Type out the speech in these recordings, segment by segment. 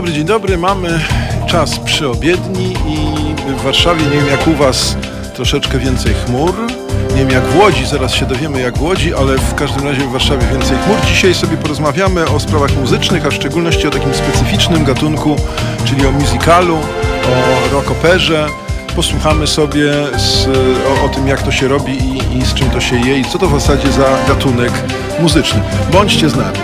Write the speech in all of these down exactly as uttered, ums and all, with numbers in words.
dobry, dzień dobry. Mamy czas przyobiedni i w Warszawie, nie wiem jak u was, troszeczkę więcej chmur. Nie wiem jak w Łodzi, zaraz się dowiemy jak w Łodzi, ale w każdym razie w Warszawie więcej chmur. Dzisiaj sobie porozmawiamy o sprawach muzycznych, a w szczególności o takim specyficznym gatunku, czyli o musicalu, o rockoperze. Posłuchamy sobie z, o, o tym, jak to się robi i, i z czym to się je i co to w zasadzie za gatunek muzyczny. Bądźcie z nami.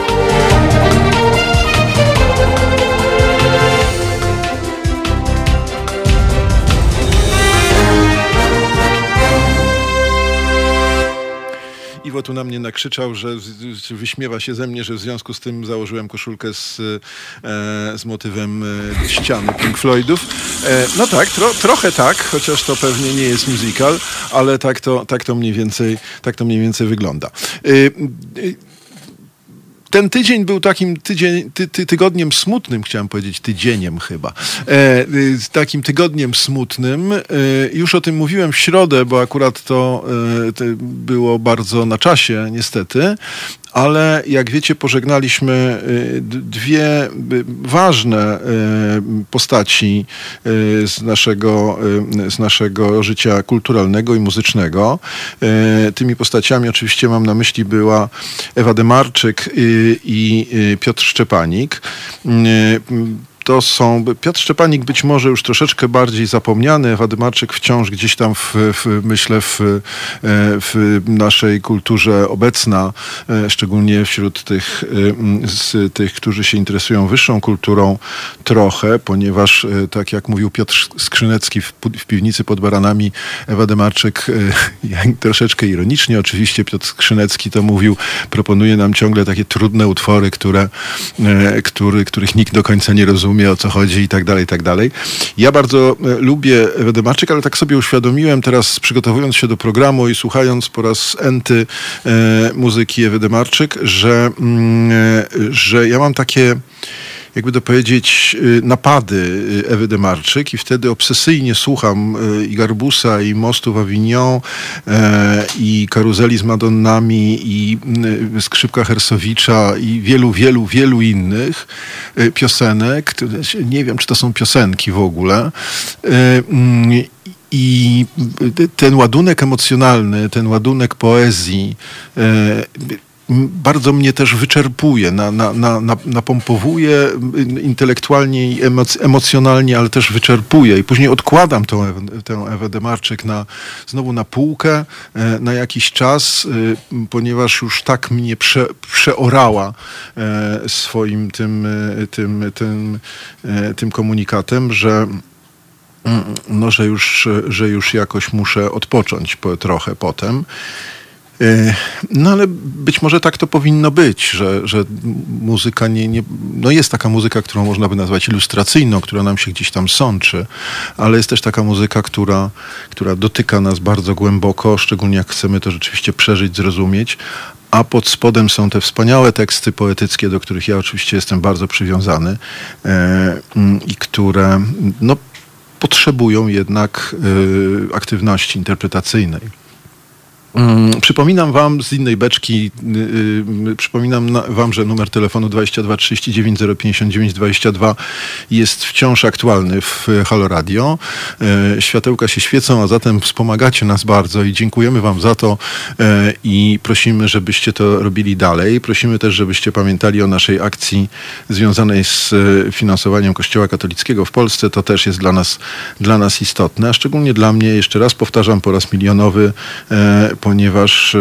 Iwo tu na mnie nakrzyczał, że wyśmiewa się ze mnie, że w związku z tym założyłem koszulkę z, e, z motywem e, ściany Pink Floydów. E, no tak, tro, trochę tak, chociaż to pewnie nie jest musical, ale tak to, tak to mniej więcej, tak to mniej więcej wygląda. E, e, Ten tydzień był takim tydzień, ty, ty, tygodniem smutnym, chciałem powiedzieć, tydzieniem chyba. E, takim tygodniem smutnym. E, już o tym mówiłem w środę, bo akurat to, e, to było bardzo na czasie, niestety. Ale jak wiecie, pożegnaliśmy dwie ważne postaci z naszego, z naszego życia kulturalnego i muzycznego. Tymi postaciami oczywiście mam na myśli była Ewa Demarczyk i Piotr Szczepanik. To są, Piotr Szczepanik być może już troszeczkę bardziej zapomniany, Ewa Demarczyk wciąż gdzieś tam w, w, myślę w, w naszej kulturze obecna, szczególnie wśród tych, z tych, którzy się interesują wyższą kulturą trochę, ponieważ tak jak mówił Piotr Skrzynecki w, w Piwnicy pod Baranami, Ewa Demarczyk troszeczkę ironicznie, oczywiście Piotr Skrzynecki to mówił, proponuje nam ciągle takie trudne utwory, które, który, których nikt do końca nie rozumie, o co chodzi i tak dalej, i tak dalej. Ja bardzo e, lubię Ewę Demarczyk, ale tak sobie uświadomiłem teraz, przygotowując się do programu i słuchając po raz enty e, muzyki Ewy Demarczyk, że, mm, e, że ja mam takie, jakby to powiedzieć, napady Ewy Demarczyk i wtedy obsesyjnie słucham i Garbusa, i Mostu w Avignon, i Karuzeli z Madonnami, i Skrzypka Hersowicza, i wielu, wielu, wielu innych piosenek. Nie wiem, czy to są piosenki w ogóle. I ten ładunek emocjonalny, ten ładunek poezji bardzo mnie też wyczerpuje, na, na, na, na, napompowuje intelektualnie i emoc- emocjonalnie, ale też wyczerpuje. I później odkładam tą, tę Ewę Demarczyk na, znowu na półkę na jakiś czas, ponieważ już tak mnie prze, przeorała swoim tym, tym, tym, tym komunikatem, że no, że już, że już jakoś muszę odpocząć po, trochę potem. No ale być może tak to powinno być, że, że muzyka nie, nie... No jest taka muzyka, którą można by nazwać ilustracyjną, która nam się gdzieś tam sączy, ale jest też taka muzyka, która, która dotyka nas bardzo głęboko, szczególnie jak chcemy to rzeczywiście przeżyć, zrozumieć, a pod spodem są te wspaniałe teksty poetyckie, do których ja oczywiście jestem bardzo przywiązany e, i które no, potrzebują jednak e, aktywności interpretacyjnej. Przypominam wam z innej beczki, yy, przypominam na, wam, że numer telefonu dwadzieścia dwa trzydzieści dziewięć zero pięćdziesiąt dziewięć dwadzieścia dwa jest wciąż aktualny w Halo Radio. Yy, światełka się świecą, a zatem wspomagacie nas bardzo i dziękujemy wam za to yy, i prosimy, żebyście to robili dalej. Prosimy też, żebyście pamiętali o naszej akcji związanej z finansowaniem Kościoła katolickiego w Polsce. To też jest dla nas, dla nas istotne, a szczególnie dla mnie, jeszcze raz powtarzam po raz milionowy, yy, ponieważ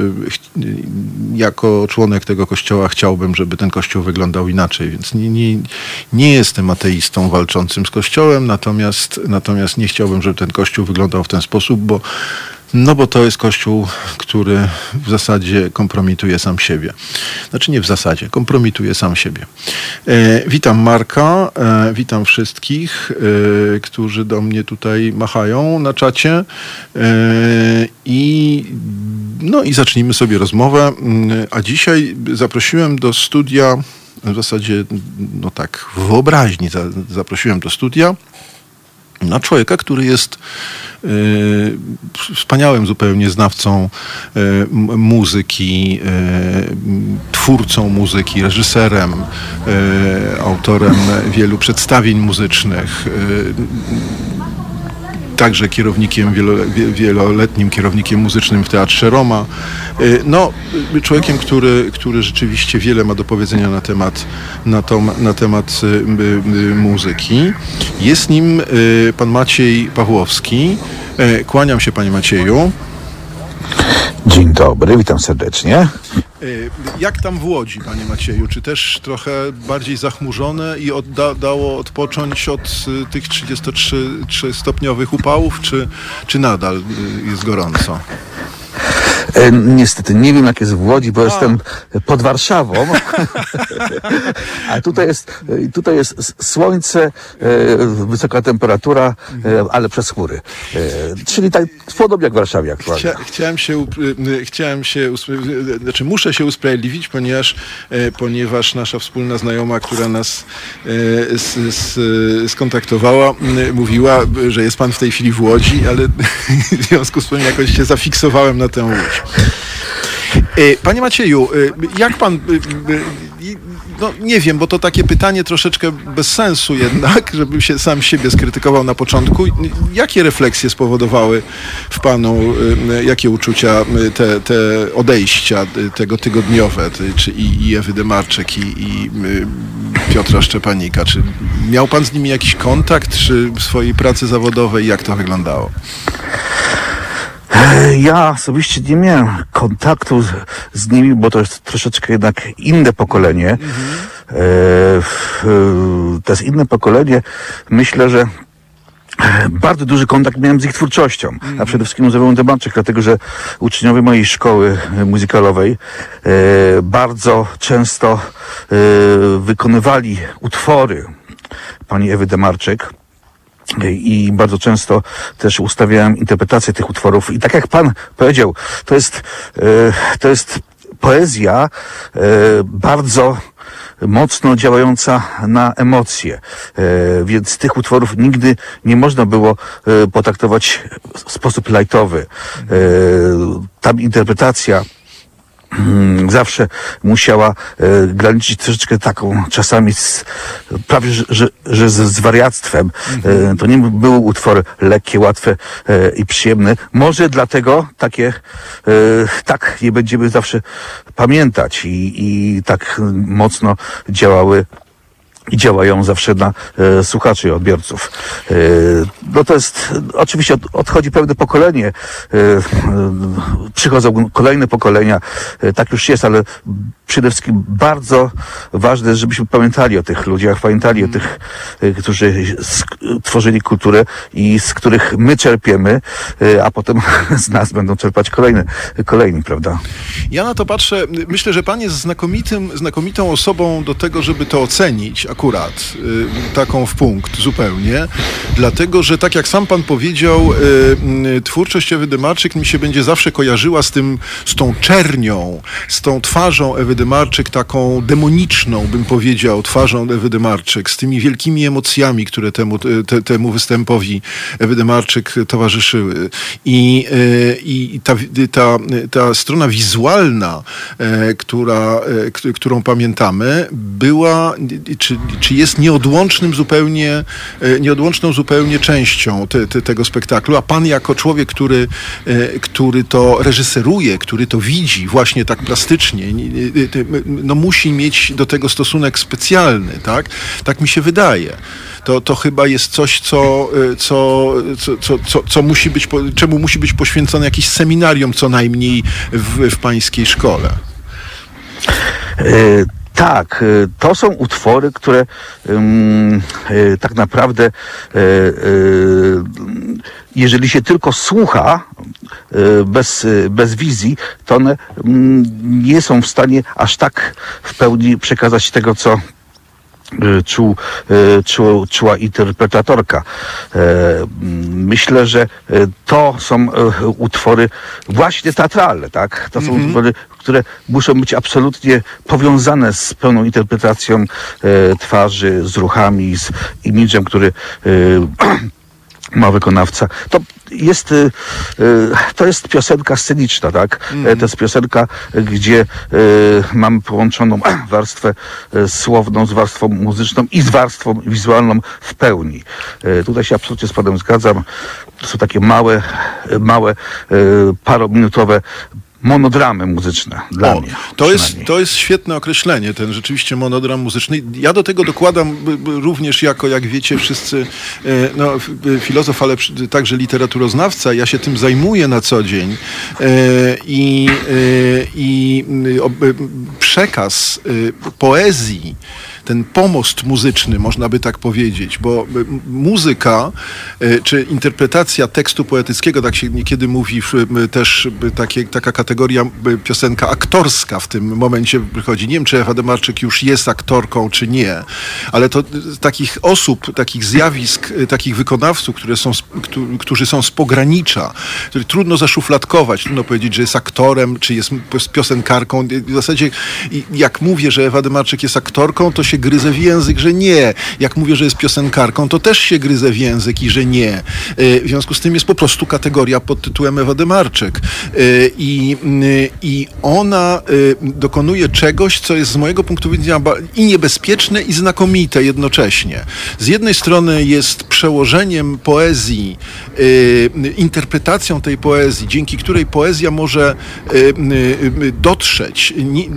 jako członek tego kościoła chciałbym, żeby ten kościół wyglądał inaczej, więc nie, nie, nie jestem ateistą walczącym z kościołem, natomiast, natomiast nie chciałbym, żeby ten kościół wyglądał w ten sposób, bo No bo to jest kościół, który w zasadzie kompromituje sam siebie. Znaczy nie w zasadzie, kompromituje sam siebie. E, witam Marka, e, witam wszystkich, e, którzy do mnie tutaj machają na czacie. E, i, no i zacznijmy sobie rozmowę. A dzisiaj zaprosiłem do studia, w zasadzie no tak, w wyobraźni za, zaprosiłem do studia na człowieka, który jest y, wspaniałym zupełnie znawcą y, m- muzyki, y, twórcą muzyki, reżyserem, y, autorem wielu przedstawień muzycznych, y, także kierownikiem, wielo, wieloletnim kierownikiem muzycznym w Teatrze Roma. No, człowiekiem, który, który rzeczywiście wiele ma do powiedzenia na temat, na, to, na temat muzyki. Jest nim pan Maciej Pawłowski. Kłaniam się, panie Macieju. Dzień dobry, witam serdecznie. Jak tam w Łodzi, panie Macieju? Czy też trochę bardziej zachmurzone i odda, dało odpocząć od tych trzydziestotrzy stopniowych upałów, czy, czy nadal jest gorąco? E, niestety nie wiem, jak jest w Łodzi, bo A. jestem pod Warszawą. A tutaj jest, tutaj jest słońce, e, wysoka temperatura, e, ale przez chmury. E, czyli tak podobnie jak w Warszawie aktualnie. Chcia, chciałem się, chciałem się znaczy muszę się usprawiedliwić, ponieważ, e, ponieważ nasza wspólna znajoma, która nas e, s, s, skontaktowała, m, mówiła, że jest pan w tej chwili w Łodzi, ale w związku z tym jakoś się zafiksowałem na tę Łódź. Panie Macieju, jak pan, no nie wiem, bo to takie pytanie troszeczkę bez sensu jednak, żebym się sam siebie skrytykował na początku. Jakie refleksje spowodowały w panu, jakie uczucia, te, te odejścia tego tygodniowe, czy i, i Ewy Demarczyk, i, i Piotra Szczepanika? Czy miał pan z nimi jakiś kontakt, czy w swojej pracy zawodowej? Jak to wyglądało? Ja osobiście nie miałem kontaktu z, z nimi, bo to jest troszeczkę jednak inne pokolenie. Mhm. E, to jest inne pokolenie. Myślę, że bardzo duży kontakt miałem z ich twórczością, mm. a przede wszystkim z Ewą Demarczyk, dlatego że uczniowie mojej szkoły muzykalowej e, bardzo często e, wykonywali utwory pani Ewy Demarczyk. I bardzo często też ustawiałem interpretację tych utworów. I tak jak pan powiedział, to jest, to jest poezja bardzo mocno działająca na emocje. Więc tych utworów nigdy nie można było potraktować w sposób lajtowy. Tam interpretacja zawsze musiała e, graniczyć troszeczkę taką czasami z, prawie, że, że, że z, z wariactwem. E, to nie były utwory lekkie, łatwe e, i przyjemne. Może dlatego takie, e, tak je będziemy zawsze pamiętać i, i tak mocno działały i działają zawsze na e, słuchaczy i odbiorców. E, no to jest, oczywiście od, odchodzi pewne pokolenie, e, e, przychodzą kolejne pokolenia, e, tak już jest, ale przede wszystkim bardzo ważne, żebyśmy pamiętali o tych ludziach, pamiętali mm. o tych, e, którzy sk- tworzyli kulturę i z których my czerpiemy, e, a potem z nas będą czerpać kolejne, kolejni, prawda? Ja na to patrzę, myślę, że pan jest znakomitym, znakomitą osobą do tego, żeby to ocenić, akurat, y, taką w punkt zupełnie, dlatego, że tak jak sam pan powiedział, y, y, twórczość Ewy Demarczyk mi się będzie zawsze kojarzyła z tym, z tą czernią, z tą twarzą Ewy Demarczyk, taką demoniczną, bym powiedział, twarzą Ewy Demarczyk, z tymi wielkimi emocjami, które temu, te, temu występowi Ewy Demarczyk towarzyszyły. I, y, i ta, ta, ta strona wizualna, y, która, y, którą pamiętamy, była, czy czy jest nieodłącznym zupełnie, nieodłączną zupełnie częścią te, te, tego spektaklu, a pan jako człowiek, który, który to reżyseruje, który to widzi właśnie tak plastycznie, no musi mieć do tego stosunek specjalny, tak? Tak mi się wydaje. To, to chyba jest coś, co, co, co, co, co musi być, czemu musi być poświęcone jakieś seminarium co najmniej w, w pańskiej szkole. Y- Tak, to są utwory, które um, y, tak naprawdę y, y, jeżeli się tylko słucha y, bez, y, bez wizji, to one um, nie są w stanie aż tak w pełni przekazać tego, co Czuł, czuł, czuła interpretatorka. Myślę, że to są utwory właśnie teatralne, tak? To są mm-hmm. utwory, które muszą być absolutnie powiązane z pełną interpretacją twarzy, z ruchami, z imidżem, który ma wykonawca. To jest, y, y, to jest piosenka sceniczna, tak? Mm. To jest piosenka, gdzie y, mamy połączoną warstwę y, słowną z warstwą muzyczną i z warstwą wizualną w pełni. Y, tutaj się absolutnie z panem zgadzam. To są takie małe, małe, y, parominutowe monodramy muzyczne dla o, mnie. To jest, to jest świetne określenie, ten rzeczywiście monodram muzyczny. Ja do tego dokładam b, b, również jako, jak wiecie wszyscy, e, no, filozof, ale przy, także literaturoznawca. Ja się tym zajmuję na co dzień e, i, e, i o, przekaz e, poezji, ten pomost muzyczny, można by tak powiedzieć, bo muzyka czy interpretacja tekstu poetyckiego, tak się niekiedy mówi też takie, taka kategoria piosenka aktorska w tym momencie wychodzi. Nie wiem, czy Ewa Demarczyk już jest aktorką, czy nie, ale to takich osób, takich zjawisk, takich wykonawców, które są, którzy są z pogranicza, których trudno zaszufladkować, trudno powiedzieć, że jest aktorem, czy jest piosenkarką. W zasadzie jak mówię, że Ewa Demarczyk jest aktorką, to się gryzę w język, że nie. Jak mówię, że jest piosenkarką, to też się gryzę w język i że nie. W związku z tym jest po prostu kategoria pod tytułem Ewa Demarczyk. I, i ona dokonuje czegoś, co jest z mojego punktu widzenia i niebezpieczne, i znakomite jednocześnie. Z jednej strony jest przełożeniem poezji, interpretacją tej poezji, dzięki której poezja może dotrzeć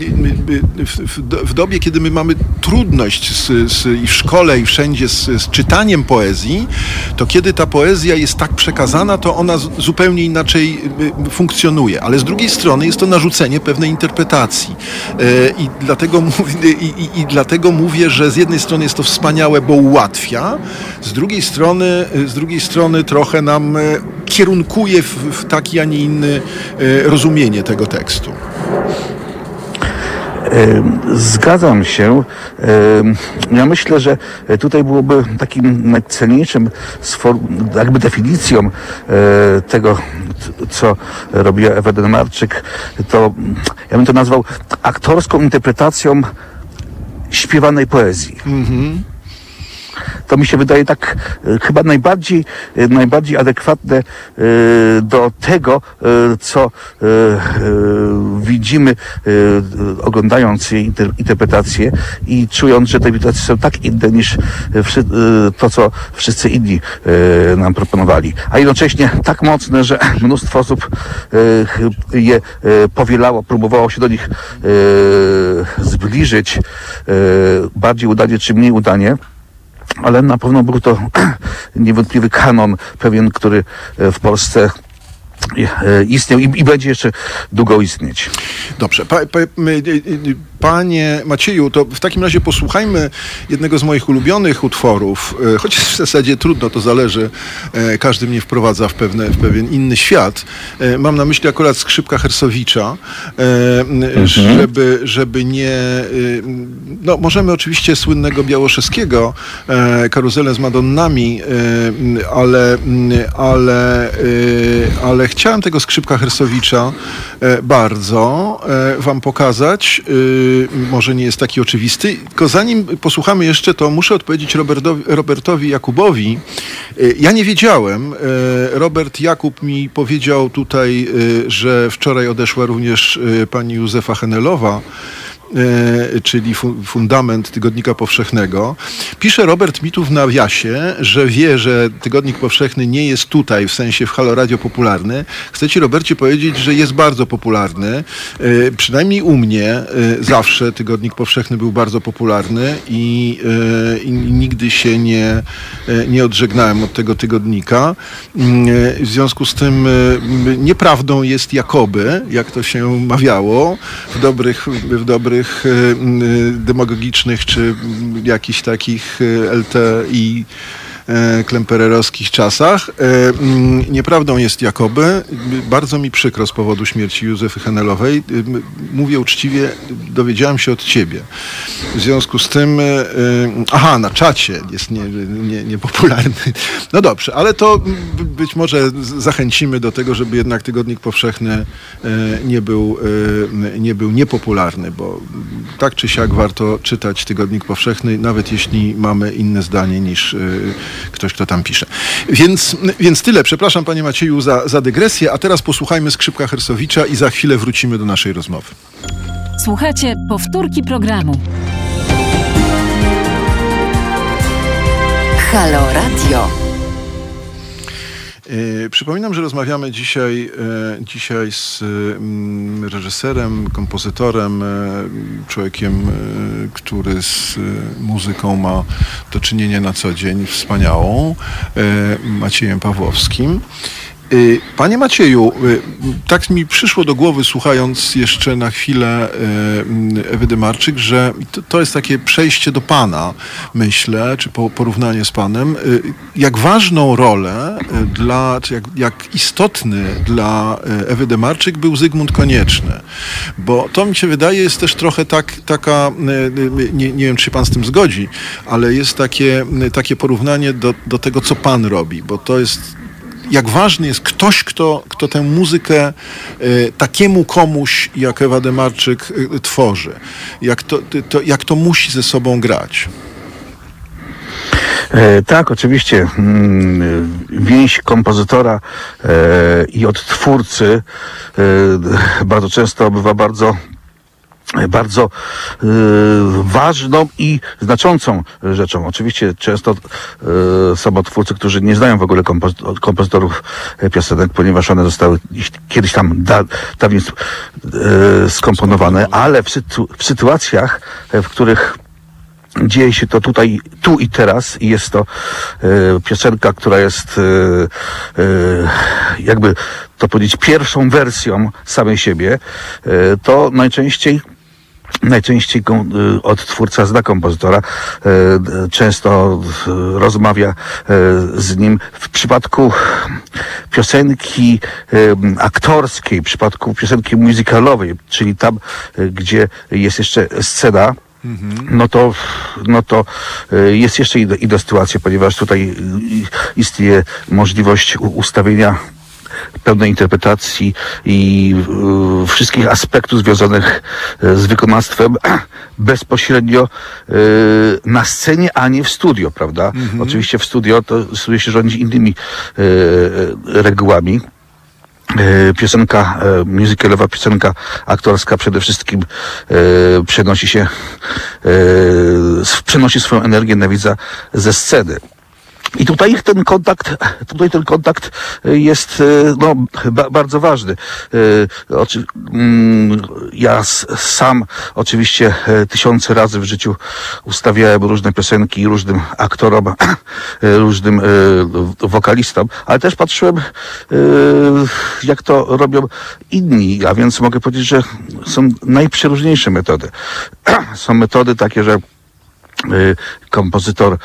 w dobie, kiedy my mamy trudność z, z, i w szkole, i wszędzie z, z czytaniem poezji, to kiedy ta poezja jest tak przekazana, to ona z, zupełnie inaczej y, funkcjonuje. Ale z drugiej strony jest to narzucenie pewnej interpretacji. Y, i, dlatego mówię, i, i, I dlatego mówię, że z jednej strony jest to wspaniałe, bo ułatwia, z drugiej strony, z drugiej strony trochę nam y, kierunkuje w, w taki, a nie inny y, rozumienie tego tekstu. Zgadzam się. Ja myślę, że tutaj byłoby takim najcenniejszym jakby definicją tego, co robiła Ewa Demarczyk, to ja bym to nazwał aktorską interpretacją śpiewanej poezji. Mm-hmm. To mi się wydaje tak e, chyba najbardziej, e, najbardziej adekwatne e, do tego, e, co e, e, widzimy e, oglądając jej inter, interpretacje i czując, że te interpretacje są tak inne niż wszy, e, to, co wszyscy inni e, nam proponowali. A jednocześnie tak mocne, że mnóstwo osób e, je e, powielało, próbowało się do nich e, zbliżyć, e, bardziej udanie czy mniej udanie. Ale na pewno był to niewątpliwy kanon, pewien, który w Polsce istniał i, i będzie jeszcze długo istnieć. Dobrze. Pa, pa, panie Macieju, to w takim razie posłuchajmy jednego z moich ulubionych utworów, chociaż w zasadzie trudno, to zależy. Każdy mnie wprowadza w, pewne, w pewien inny świat. Mam na myśli akurat Skrzypka Hersowicza, mhm. żeby, żeby nie... No, możemy oczywiście słynnego Białoszewskiego, Karuzelę z Madonnami, ale, ale, ale chciałem tego Skrzypka Hersowicza bardzo wam pokazać. Może nie jest taki oczywisty. Tylko zanim posłuchamy jeszcze, to muszę odpowiedzieć Robertowi, Robertowi Jakubowi. Ja nie wiedziałem. Robert Jakub mi powiedział tutaj, że wczoraj odeszła również pani Józefa Henelowa, czyli fundament Tygodnika Powszechnego. Pisze Robert mi tu w nawiasie, że wie, że Tygodnik Powszechny nie jest tutaj, w sensie w Halo Radio popularny. Chcę ci, Robercie, powiedzieć, że jest bardzo popularny. Przynajmniej u mnie zawsze Tygodnik Powszechny był bardzo popularny i, i nigdy się nie, nie odżegnałem od tego tygodnika. W związku z tym nieprawdą jest jakoby, jak to się mawiało, w dobrych, w dobrych demagogicznych czy jakichś takich L T I klempererowskich czasach. Nieprawdą jest jakoby. Bardzo mi przykro z powodu śmierci Józefy Henelowej. Mówię uczciwie, dowiedziałem się od ciebie. W związku z tym... Aha, na czacie jest niepopularny. Nie, nie popularny. No dobrze, ale to być może zachęcimy do tego, żeby jednak Tygodnik Powszechny nie był, nie był niepopularny, bo tak czy siak warto czytać Tygodnik Powszechny, nawet jeśli mamy inne zdanie niż ktoś, kto tam pisze. Więc, więc tyle. Przepraszam, panie Macieju, za, za dygresję, a teraz posłuchajmy skrzypka Hersowicza i za chwilę wrócimy do naszej rozmowy. Słuchajcie powtórki programu. Halo Radio. Yy, przypominam, że rozmawiamy dzisiaj, yy, dzisiaj z yy, reżyserem, kompozytorem, yy, człowiekiem, yy, który z yy, muzyką ma do czynienia na co dzień, wspaniałą, yy, Maciejem Pawłowskim. Panie Macieju, tak mi przyszło do głowy, słuchając jeszcze na chwilę Ewy Demarczyk, że to, to jest takie przejście do Pana, myślę, czy po, porównanie z Panem. Jak ważną rolę dla, czy jak, jak istotny dla Ewy Demarczyk był Zygmunt Konieczny. Bo to mi się wydaje jest też trochę tak, taka, nie, nie wiem, czy się Pan z tym zgodzi, ale jest takie, takie porównanie do, do tego, co Pan robi, bo to jest jak ważny jest ktoś, kto, kto tę muzykę y, takiemu komuś, jak Ewa Demarczyk y, tworzy. Jak to, to, jak to musi ze sobą grać. E, tak, oczywiście. Mm, więź kompozytora e, i odtwórcy e, bardzo często bywa bardzo bardzo y, ważną i znaczącą rzeczą. Oczywiście często y, są odtwórcy, którzy nie znają w ogóle kompoz- kompozytorów piosenek, ponieważ one zostały kiedyś tam da, dawniej y, skomponowane, ale w, sytu- w sytuacjach, w których dzieje się to tutaj, tu i teraz i jest to y, piosenka, która jest y, y, jakby to powiedzieć pierwszą wersją samej siebie, y, to najczęściej Najczęściej odtwórca zna kompozytora, często rozmawia z nim. W przypadku piosenki aktorskiej, w przypadku piosenki musicalowej, czyli tam, gdzie jest jeszcze scena, no to, no to jest jeszcze inna sytuacja, ponieważ tutaj istnieje możliwość ustawienia pełnej interpretacji i y, wszystkich aspektów związanych y, z wykonawstwem bezpośrednio y, na scenie, a nie w studio, prawda? Mm-hmm. Oczywiście w studio to studio się rządzi innymi y, y, regułami. Piosenka musicalowa, piosenka aktorska przede wszystkim e, przenosi się, e, przenosi swoją energię na widza ze sceny. I tutaj ten kontakt, tutaj ten kontakt jest no, ba, bardzo ważny. Oczy, ja sam oczywiście tysiące razy w życiu ustawiałem różne piosenki różnym aktorom, różnym wokalistom, ale też patrzyłem, jak to robią inni, a więc mogę powiedzieć, że są najprzeróżniejsze metody. Są metody takie, że kompozytor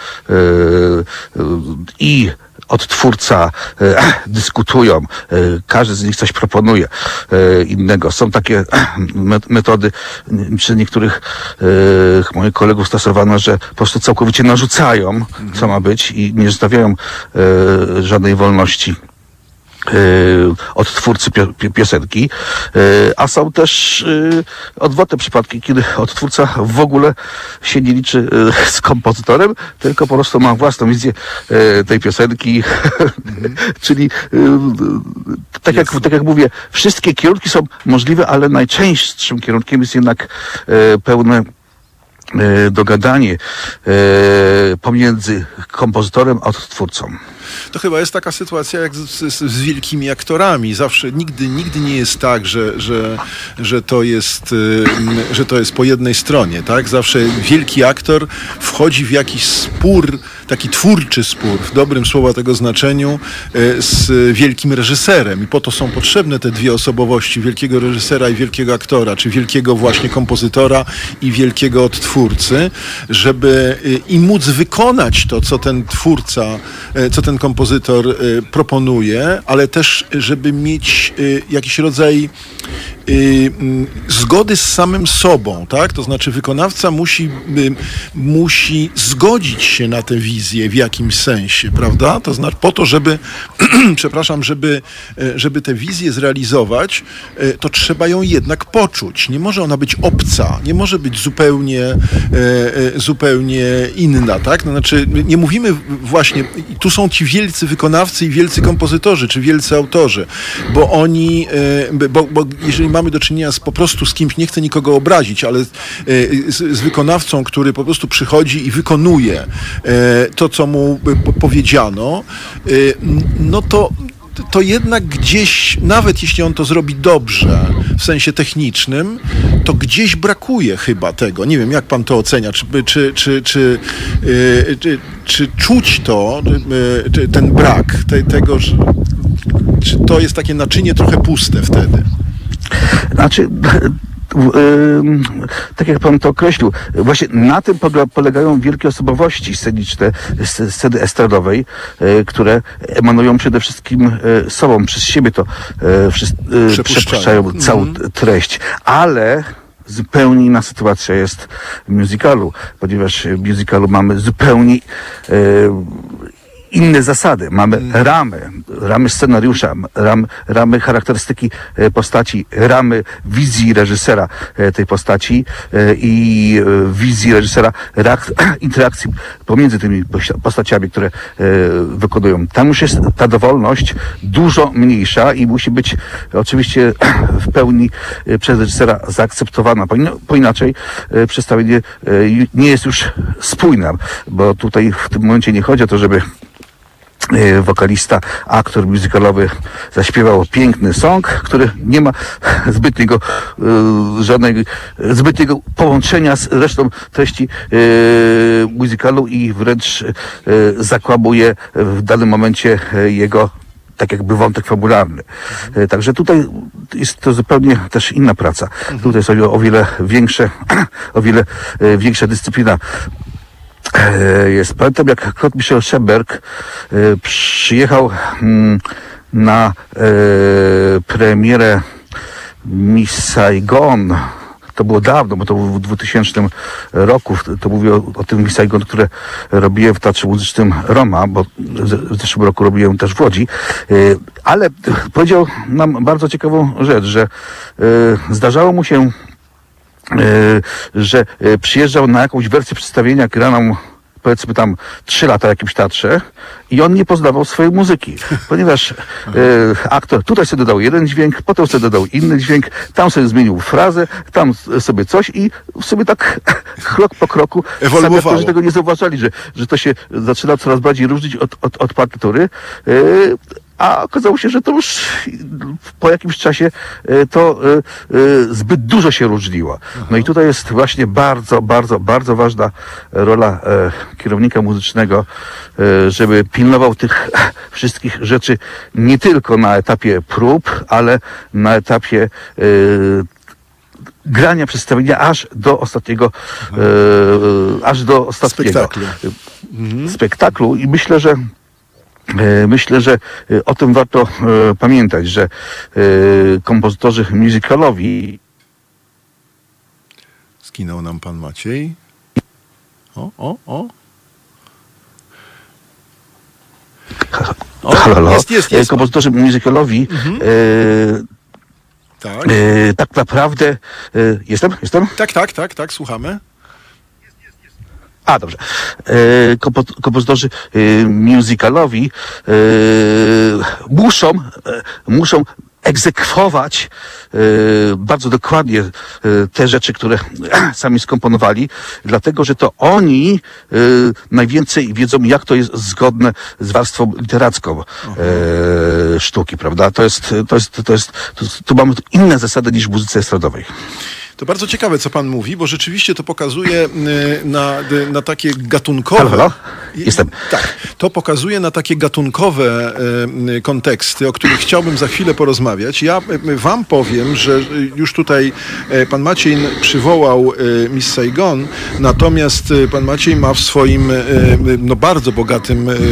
i odtwórca dyskutują, każdy z nich coś proponuje innego. Są takie metody, przez niektórych moich kolegów stosowane, że po prostu całkowicie narzucają, co ma być i nie zostawiają żadnej wolności odtwórcy piosenki, a są też odwrotne przypadki, kiedy odtwórca w ogóle się nie liczy z kompozytorem, tylko po prostu ma własną wizję tej piosenki, mm. czyli tak jak, tak jak mówię, wszystkie kierunki są możliwe, ale najczęstszym kierunkiem jest jednak pełne dogadanie pomiędzy kompozytorem a odtwórcą. To chyba jest taka sytuacja jak z, z, z wielkimi aktorami. Zawsze, nigdy, nigdy nie jest tak, że, że, że, to jest, że to jest po jednej stronie, tak? Zawsze wielki aktor wchodzi w jakiś spór, taki twórczy spór, w dobrym słowa tego znaczeniu, z wielkim reżyserem. I po to są potrzebne te dwie osobowości, wielkiego reżysera i wielkiego aktora, czy wielkiego właśnie kompozytora i wielkiego odtwórcy, żeby i móc wykonać to, co ten twórca, co ten kompozytor proponuje, ale też, żeby mieć jakiś rodzaj y, zgody z samym sobą, tak? To znaczy wykonawca musi, y, musi zgodzić się na tę wizję w jakimś sensie, prawda? To znaczy po to, żeby, przepraszam, żeby, żeby tę wizję zrealizować, y, to trzeba ją jednak poczuć. Nie może ona być obca, nie może być zupełnie, y, y, zupełnie inna, tak? To znaczy nie mówimy właśnie, tu są ci wielcy wykonawcy i wielcy kompozytorzy, czy wielcy autorzy, bo oni, bo, bo jeżeli mamy do czynienia z, po prostu z kimś, nie chcę nikogo obrazić, ale z, z wykonawcą, który po prostu przychodzi i wykonuje to, co mu powiedziano, no to to jednak gdzieś, nawet jeśli on to zrobi dobrze, w sensie technicznym, to gdzieś brakuje chyba tego. Nie wiem, jak pan to ocenia, czy, czy, czy, czy, yy, czy, czy czuć to, yy, ten brak te, tego, że, czy to jest takie naczynie trochę puste wtedy? Znaczy... Yy, tak jak pan to określił, właśnie na tym polegają wielkie osobowości sceniczne, sceny estradowej, yy, które emanują przede wszystkim yy, sobą, przez siebie to yy, wszyscy, yy, przepuszczają całą mm. treść, ale zupełnie inna sytuacja jest w musicalu, ponieważ w musicalu mamy zupełnie yy, inne zasady. Mamy ramy, ramy scenariusza, ram, ramy charakterystyki postaci, ramy wizji reżysera tej postaci i wizji reżysera interakcji pomiędzy tymi postaciami, które wykonują. Tam już jest ta dowolność dużo mniejsza i musi być oczywiście w pełni przez reżysera zaakceptowana, bo inaczej przedstawienie nie jest już spójne, bo tutaj w tym momencie nie chodzi o to, żeby wokalista, aktor musicalowy zaśpiewał piękny song, który nie ma zbytniego y, żadnego zbytniego połączenia z resztą treści y, musicalu i wręcz y, zakłamuje w danym momencie jego tak jakby wątek fabularny. Mhm. Także tutaj jest to zupełnie też inna praca. Mhm. Tutaj jest o, o wiele większe, o wiele y, większa dyscyplina. Jest. Pamiętam, jak Claude Michel Schönberg y, przyjechał y, na y, premierę Miss Saigon. To było dawno, bo to było w dwutysięcznym roku. To mówię o, o tym Miss Saigon, które robiłem w Teatrze Muzycznym Roma, bo w zeszłym roku robiłem też w Łodzi. Y, ale powiedział nam bardzo ciekawą rzecz, że y, zdarzało mu się że przyjeżdżał na jakąś wersję przedstawienia, graną powiedzmy tam trzy lata w jakimś teatrze i on nie poznawał swojej muzyki, ponieważ e, aktor tutaj sobie dodał jeden dźwięk, potem sobie dodał inny dźwięk, tam sobie zmienił frazę, tam sobie coś i sobie tak krok po kroku sami aktorzy tego nie zauważali, że, że to się zaczyna coraz bardziej różnić od, od, od partytury. E, A okazało się, że to już po jakimś czasie to zbyt dużo się różniło. No i tutaj jest właśnie bardzo, bardzo, bardzo ważna rola kierownika muzycznego, żeby pilnował tych wszystkich rzeczy nie tylko na etapie prób, ale na etapie grania przedstawienia aż do ostatniego, aż do ostatniego spektaklu. Mhm. spektaklu. I myślę, że Myślę, że o tym warto pamiętać, że kompozytorzy musicalowi... Skinął nam pan Maciej. O, o, o. o Halo, jest, jest, jest. Kompozytorzy musicalowi mhm. e, tak. E, tak naprawdę... E, jestem? Jestem? Tak, tak, tak, tak, słuchamy. A, dobrze. E, kompo, kompozytorzy e, musicalowi e, muszą, e, muszą egzekwować e, bardzo dokładnie e, te rzeczy, które sami skomponowali, dlatego, że to oni e, najwięcej wiedzą, jak to jest zgodne z warstwą literacką e, sztuki, prawda? To jest, to jest, to jest, to, tu mamy inne zasady niż w muzyce estradowej. To bardzo ciekawe, co pan mówi, bo rzeczywiście to pokazuje y, na, na takie gatunkowe... Halo, halo? Jestem. Tak, to pokazuje na takie gatunkowe y, konteksty, o których chciałbym za chwilę porozmawiać. Ja y, wam powiem, że już tutaj y, pan Maciej przywołał y, Miss Saigon, natomiast y, pan Maciej ma w swoim y, no, bardzo bogatym y, y,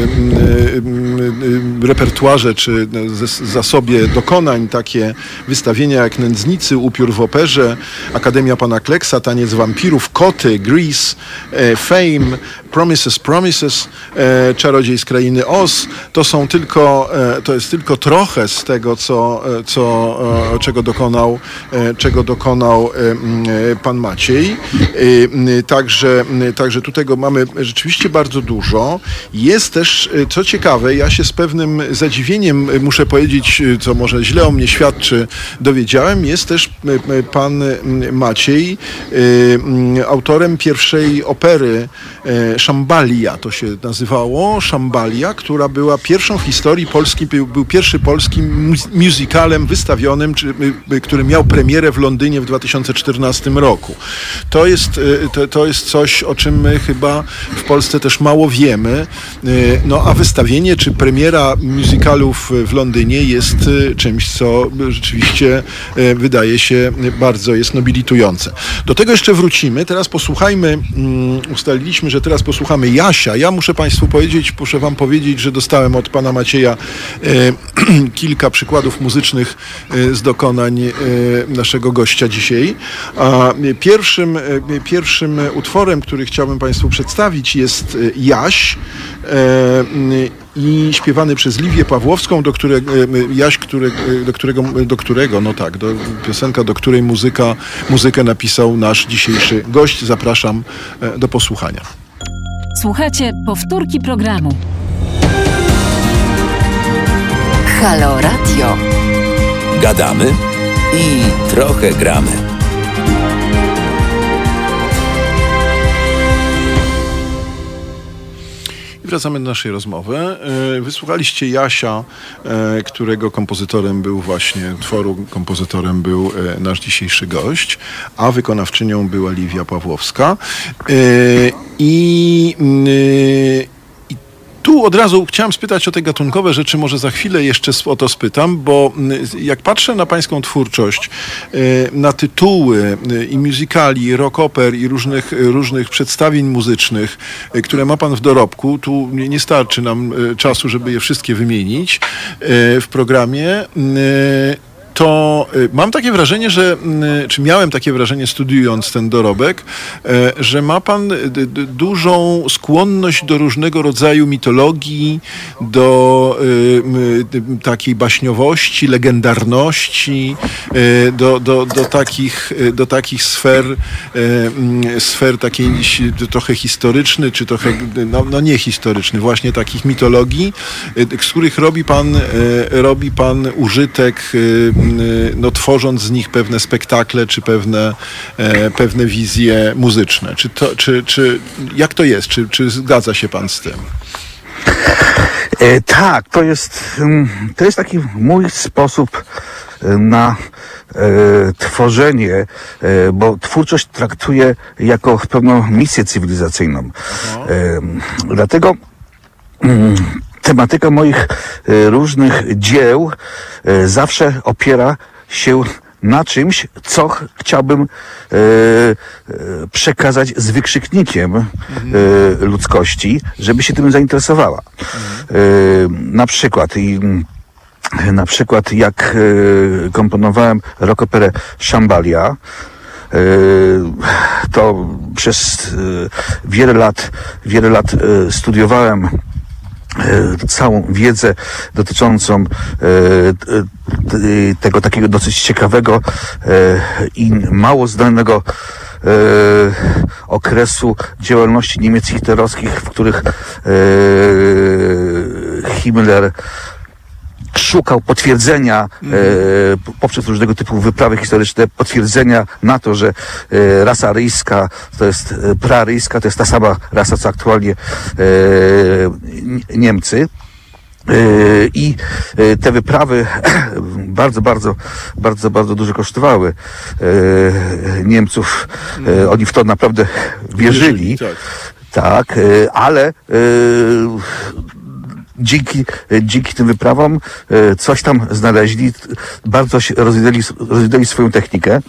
y, repertuarze, czy z, zasobie dokonań takie wystawienia jak Nędznicy, Upiór w operze, Akademia Pana Kleksa, Taniec wampirów, Koty, Grease, e, Fame, Promises, Promises, e, Czarodziej z Krainy Oz. To są tylko, e, to jest tylko trochę z tego, co, e, co, e, czego dokonał, e, czego dokonał e, e, pan Maciej. E, także, e, także tu tego mamy rzeczywiście bardzo dużo. Jest też, e, co ciekawe, ja się z pewnym zadziwieniem, e, muszę powiedzieć, e, co może źle o mnie świadczy, dowiedziałem, jest też e, pan Maciej e, autorem pierwszej opery e, Szambalia, to się nazywało, Szambalia, która była pierwszą w historii Polski, był, był pierwszy polskim musicalem wystawionym, czy, który miał premierę w Londynie w dwa tysiące czternastym roku. To jest, to, to jest coś, o czym my chyba w Polsce też mało wiemy. No a wystawienie, czy premiera musicalów w Londynie jest czymś, co rzeczywiście wydaje się bardzo jest nobilitujące. Do tego jeszcze wrócimy. Teraz posłuchajmy, ustaliliśmy, że teraz posłuchamy Jasia. Ja muszę państwu powiedzieć, muszę wam powiedzieć, że dostałem od pana Macieja e, kilka przykładów muzycznych e, z dokonań e, naszego gościa dzisiaj. A pierwszym, e, pierwszym utworem, który chciałbym państwu przedstawić, jest Jaś e, i śpiewany przez Liwię Pawłowską, do którego Jaś, który, do którego, do którego, no tak, do, piosenka, do której muzyka, muzykę napisał nasz dzisiejszy gość. Zapraszam e, do posłuchania. Słuchacie powtórki programu. Halo Radio. Gadamy i trochę gramy. Wracamy do naszej rozmowy. Wysłuchaliście Jasia, którego kompozytorem był właśnie, utworu kompozytorem był nasz dzisiejszy gość, a wykonawczynią była Liwia Pawłowska. I tu od razu chciałem spytać o te gatunkowe rzeczy, może za chwilę jeszcze o to spytam, bo jak patrzę na pańską twórczość, na tytuły i musicali, i rock oper, i różnych, różnych przedstawień muzycznych, które ma pan w dorobku, tu nie starczy nam czasu, żeby je wszystkie wymienić w programie, to mam takie wrażenie, że, czy miałem takie wrażenie studiując ten dorobek, że ma pan dużą skłonność do różnego rodzaju mitologii, do takiej baśniowości, legendarności, do, do, do, takich, do takich sfer, sfer takiej trochę historyczny, czy trochę, no, no nie historyczny, właśnie takich mitologii, z których robi pan, robi pan użytek, no, tworząc z nich pewne spektakle, czy pewne, e, pewne wizje muzyczne. Czy to, czy, czy, jak to jest? Czy, czy zgadza się pan z tym? E, tak, to jest, to jest taki mój sposób na e, tworzenie, e, bo twórczość traktuję jako pewną misję cywilizacyjną. E, dlatego mm, tematyka moich e, różnych dzieł e, zawsze opiera się na czymś, co ch- chciałbym e, e, przekazać z wykrzyknikiem e, ludzkości, żeby się tym zainteresowała. E, na przykład i na przykład jak e, komponowałem rock operę Szambalia, e, to przez e, wiele lat, wiele lat e, studiowałem całą wiedzę dotyczącą e, e, tego takiego dosyć ciekawego e, i mało znanego e, okresu działalności niemiec hitlerowskich, w których e, Himmler szukał potwierdzenia e, poprzez różnego typu wyprawy historyczne, potwierdzenia na to, że e, rasa aryjska to jest e, praaryjska, to jest ta sama rasa, co aktualnie e, Niemcy. I te wyprawy bardzo, bardzo, bardzo, bardzo dużo kosztowały e, Niemców. E, oni w to naprawdę wierzyli. Wierzyli, tak. Tak, e, ale e, dzięki, dzięki tym wyprawom e, coś tam znaleźli, bardzo się rozwinęli, rozwinęli swoją technikę.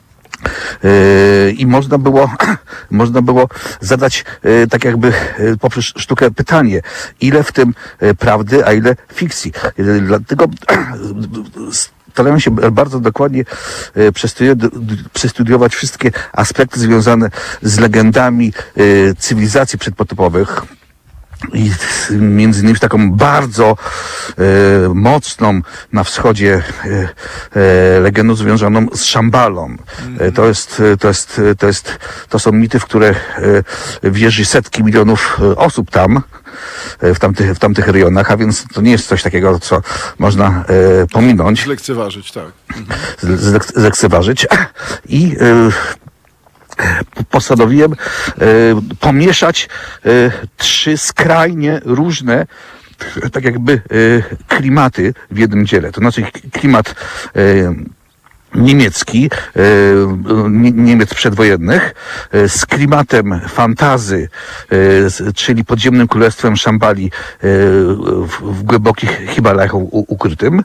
I można było, można było zadać tak jakby poprzez sztukę pytanie, ile w tym prawdy, a ile fikcji. Dlatego starałem się bardzo dokładnie przestudiować wszystkie aspekty związane z legendami cywilizacji przedpotopowych. I między innymi taką bardzo e, mocną na wschodzie e, e, legendą związaną z Szambalą. E, to jest, to jest, to jest, to są mity, w które e, wierzy setki milionów osób tam, e, w tamtych, w tamtych rejonach, a więc to nie jest coś takiego, co można e, pominąć. Zlekceważyć, tak. Mhm. Zlek- zlekceważyć. I e, postanowiłem e, pomieszać e, trzy skrajnie różne, tak jakby e, klimaty w jednym dziele. To znaczy klimat e, niemiecki, e, nie, Niemiec przedwojennych, e, z klimatem fantazy, e, z, czyli podziemnym królestwem Szambali e, w, w głębokich Himalajach u, ukrytym, e,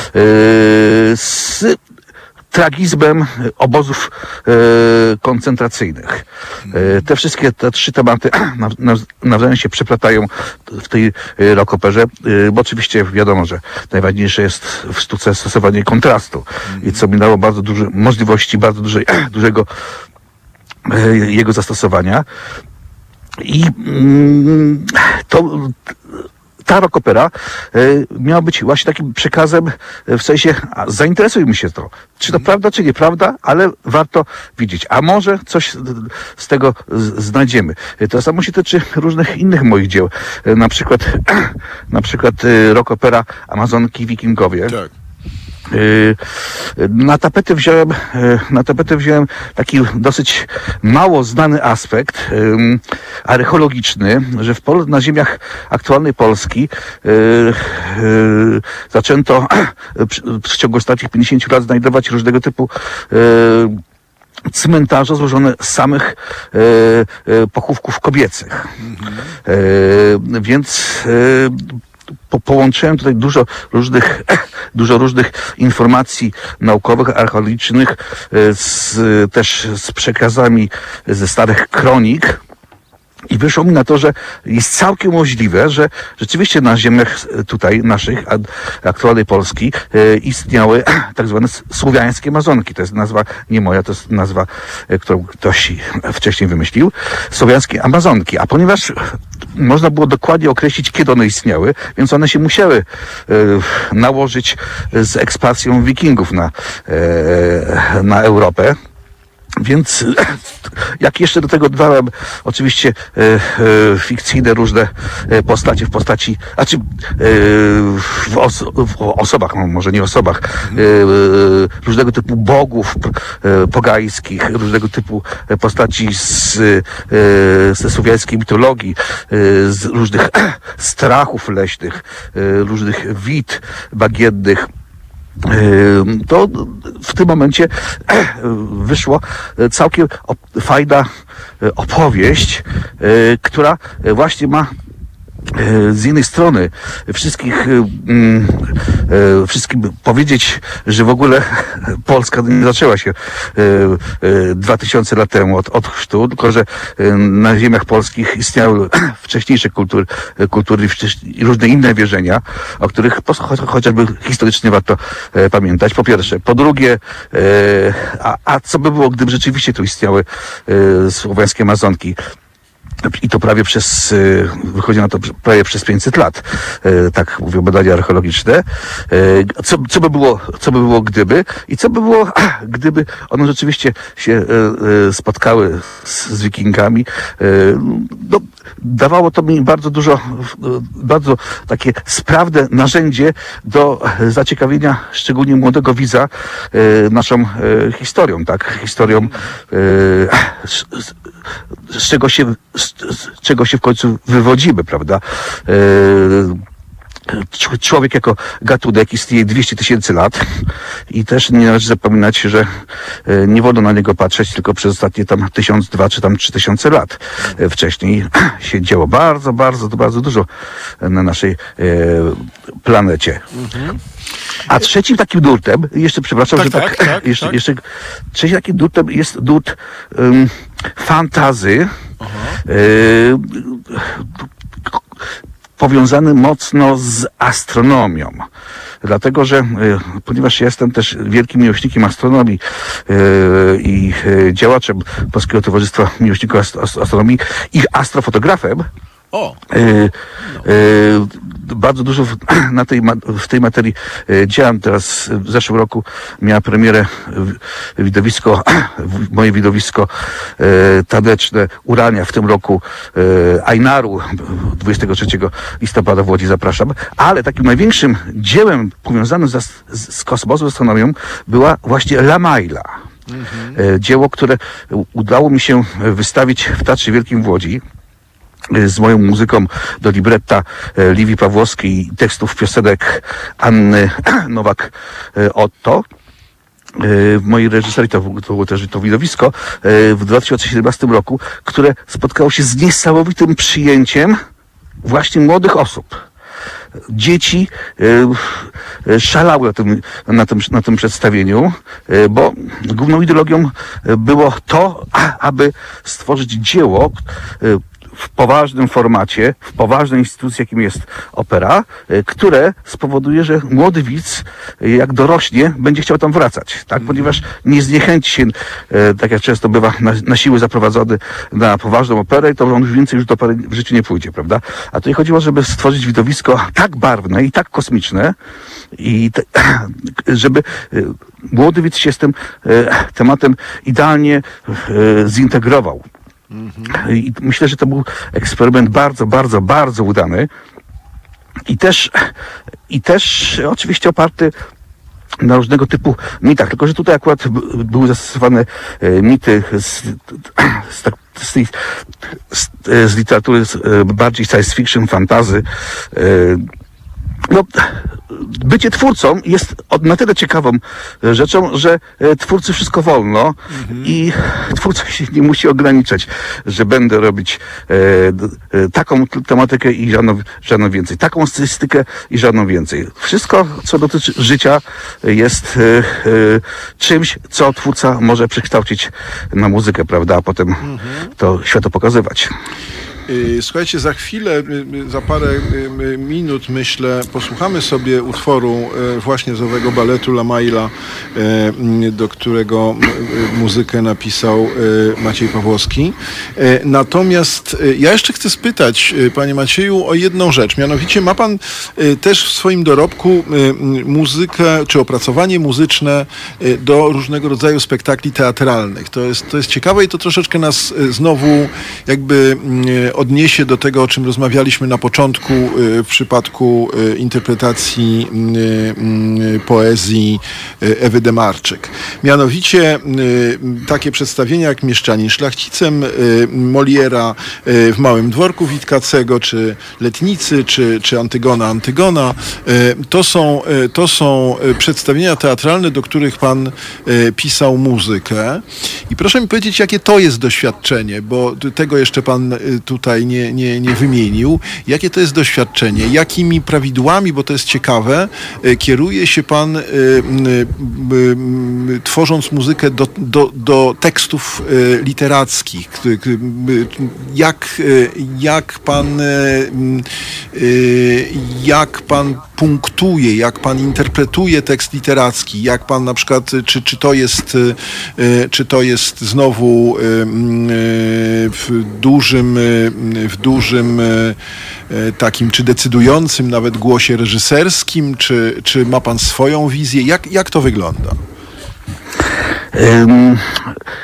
z tragizmem obozów e, koncentracyjnych. E, te wszystkie, te trzy tematy nawzajem się przeplatają w tej e, rockoperze, e, bo oczywiście wiadomo, że najważniejsze jest w sztuce stosowanie kontrastu i co mi dało bardzo duże możliwości, bardzo duże, dużego e, jego zastosowania. I mm, to ta rockopera y, miała być właśnie takim przekazem y, w sensie, a, zainteresujmy się to. Czy to prawda, czy nieprawda, ale warto widzieć. A może coś z, z tego z, znajdziemy. Y, to samo się tyczy różnych innych moich dzieł. Y, na przykład, na przykład y, rockopera Amazonki Wikingowie. Tak. Na tapetę wziąłem, na tapetę wziąłem taki dosyć mało znany aspekt um, archeologiczny, że w Pol- na ziemiach aktualnej Polski yy, yy, zaczęto w ciągu ostatnich pięćdziesięciu lat znajdować różnego typu yy, cmentarze złożone z samych e, e, pochówków kobiecych. Mm-hmm. E, więc e, po, połączyłem tutaj dużo różnych, dużo różnych informacji naukowych, archeologicznych, e, z, też z przekazami ze starych kronik. I wyszło mi na to, że jest całkiem możliwe, że rzeczywiście na ziemiach tutaj naszych, aktualnej Polski, e, istniały tak zwane słowiańskie Amazonki. To jest nazwa nie moja, to jest nazwa, e, którą ktoś wcześniej wymyślił. Słowiańskie Amazonki. A ponieważ można było dokładnie określić, kiedy one istniały, więc one się musiały e, nałożyć z ekspansją wikingów na, e, na Europę. Więc jak jeszcze do tego dodałem oczywiście e, e, fikcyjne różne postacie w postaci, znaczy e, w, os, w osobach, no może nie osobach, e, różnego typu bogów e, pogańskich, różnego typu postaci z, e, ze słowiańskiej mitologii, e, z różnych strachów leśnych, e, różnych wid bagiennych, to w tym momencie wyszło całkiem fajna opowieść, która właśnie ma z jednej strony wszystkich, wszystkim powiedzieć, że w ogóle Polska nie zaczęła się dwa tysiące lat temu od, od chrztu, tylko że na ziemiach polskich istniały wcześniejsze kultury, kultury i różne inne wierzenia, o których chociażby historycznie warto pamiętać. Po pierwsze. Po drugie, a, a co by było, gdyby rzeczywiście tu istniały słowiańskie Amazonki? I to prawie przez, wychodzi na to prawie przez pięćset lat, tak mówią badania archeologiczne. Co, co by było, co by było gdyby? I co by było, gdyby one rzeczywiście się spotkały z, z wikingami? No, dawało to mi bardzo dużo, bardzo takie sprawne narzędzie do zaciekawienia szczególnie młodego widza naszą historią, tak? Historią, z czego się, z czego się w końcu wywodzimy, prawda? człowiek jako gatunek istnieje dwieście tysięcy lat i też nie należy zapominać, że nie wolno na niego patrzeć tylko przez ostatnie tam tysiąc, dwa czy tam trzy tysiące lat. Wcześniej się działo bardzo, bardzo, bardzo dużo na naszej e, planecie. Mhm. A trzecim takim nurtem, jeszcze przepraszam, tak, że tak, tak, tak jeszcze, tak. jeszcze trzecim takim nurtem jest nurt um, fantazy, y, powiązany mocno z astronomią. Dlatego, że y, ponieważ jestem też wielkim miłośnikiem astronomii y, i y, działaczem Polskiego Towarzystwa Miłośników Ast- Ast- Astronomii i astrofotografem, O. Y, y, bardzo dużo w, na tej, w tej materii y, działam. Teraz w zeszłym roku miała premierę y, widowisko, y, moje widowisko y, taneczne Urania, w tym roku y, Ainaru, dwudziestego trzeciego listopada w Łodzi, zapraszam. Ale takim największym dziełem powiązanym z, z, z kosmosem, z astronomią była właśnie Lamaila. Mhm. Y, dzieło, które udało mi się wystawić w Teatrze Wielkim w Łodzi z moją muzyką do libretta Liwii Pawłowskiej i tekstów piosenek Anny Nowak-Otto. W mojej reżyserii to, to było też to widowisko w dwa tysiące siedemnastym roku, które spotkało się z niesamowitym przyjęciem właśnie młodych osób. Dzieci e, szalały na tym, na, tym, na tym przedstawieniu, e, bo główną ideologią było to, aby stworzyć dzieło e, w poważnym formacie, w poważnej instytucji, jakim jest opera, które spowoduje, że młody widz, jak dorośnie, będzie chciał tam wracać, tak? Ponieważ nie zniechęci się, tak jak często bywa, na, na siłę zaprowadzony na poważną operę i to on już więcej już do opery w życiu nie pójdzie, prawda? A tutaj chodziło, żeby stworzyć widowisko tak barwne i tak kosmiczne i te, żeby młody widz się z tym tematem idealnie zintegrował. I myślę, że to był eksperyment bardzo, bardzo, bardzo udany i też, i też oczywiście oparty na różnego typu mitach, tylko że tutaj akurat b- były zastosowane e, mity z, z, tak, z, tej, z, z literatury z, e, bardziej science fiction, fantazy. E, no, bycie twórcą jest na tyle ciekawą rzeczą, że twórcy wszystko wolno mhm. i twórca się nie musi ograniczać, że będę robić e, taką tematykę i żadną, żadną więcej, taką stylistykę i żadną więcej. Wszystko, co dotyczy życia, jest e, e, czymś, co twórca może przekształcić na muzykę, prawda, a potem mhm. to światu pokazywać. Słuchajcie, za chwilę, za parę minut, myślę, posłuchamy sobie utworu właśnie z owego baletu Lamaila, do którego muzykę napisał Maciej Pawłowski. Natomiast ja jeszcze chcę spytać, panie Macieju, o jedną rzecz. Mianowicie ma pan też w swoim dorobku muzykę, czy opracowanie muzyczne do różnego rodzaju spektakli teatralnych. To jest, to jest ciekawe i to troszeczkę nas znowu jakby odniesie do tego, o czym rozmawialiśmy na początku w przypadku interpretacji poezji Ewy Demarczyk. Mianowicie takie przedstawienia jak Mieszczanin szlachcicem Moliera w Małym Dworku Witkacego, czy Letnicy, czy, czy Antygona Antygona. To są, to są przedstawienia teatralne, do których pan pisał muzykę. I proszę mi powiedzieć, jakie to jest doświadczenie, bo tego jeszcze pan tutaj nie, nie, nie wymienił. Jakie to jest doświadczenie? Jakimi prawidłami, bo to jest ciekawe, kieruje się pan y, y, y, tworząc muzykę do, do, do tekstów y, literackich? Jak, y, jak pan y, jak pan punktuje, jak pan interpretuje tekst literacki, jak pan na przykład, czy, czy to jest czy to jest znowu w dużym w dużym takim, czy decydującym nawet głosie reżyserskim, czy, czy ma pan swoją wizję? Jak, jak to wygląda? Um...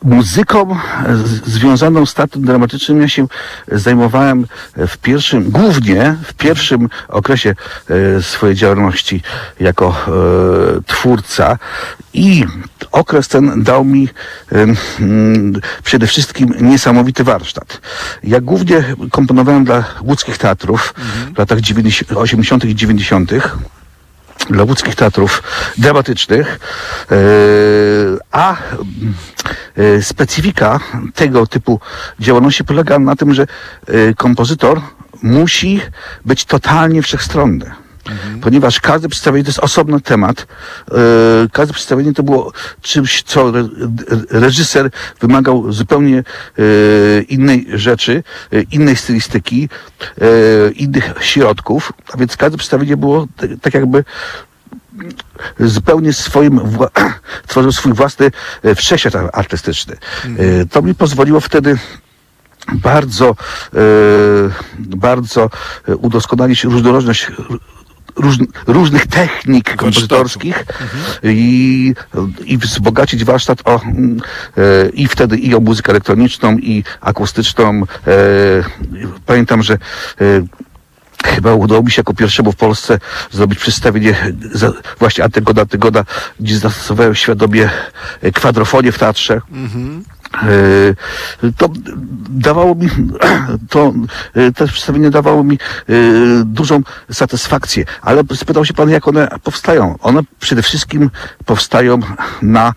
Muzyką z- związaną z teatrem dramatycznym ja się zajmowałem w pierwszym, głównie w pierwszym okresie e, swojej działalności jako e, twórca i okres ten dał mi e, m, przede wszystkim niesamowity warsztat. Ja głównie komponowałem dla łódzkich teatrów w latach osiemdziesiątych i dziewięćdziesiątych. Dla łódzkich teatrów dramatycznych, e, a e, specyfika tego typu działalności polega na tym, że e, kompozytor musi być totalnie wszechstronny. Mhm. Ponieważ każde przedstawienie to jest osobny temat. E, każde przedstawienie to było czymś, co re, reżyser wymagał zupełnie e, innej rzeczy, e, innej stylistyki, e, innych środków, a więc każde przedstawienie było t- tak jakby zupełnie swoim, wła- tworzył swój własny e, wszechświat artystyczny. Mhm. E, to mi pozwoliło wtedy bardzo, e, bardzo udoskonalić różnorodność Róż, różnych technik kompozytorskich mhm. i, i wzbogacić warsztat o, e, i wtedy i o muzykę elektroniczną, i akustyczną. E, pamiętam, że e, chyba udało mi się jako pierwszemu w Polsce zrobić przedstawienie za, właśnie Antygoda, Antygoda, gdzie zastosowałem świadomie kwadrofonię w teatrze. Mhm. To dawało mi, to te przedstawienie dawało mi dużą satysfakcję, ale spytał się pan, jak one powstają. One przede wszystkim powstają na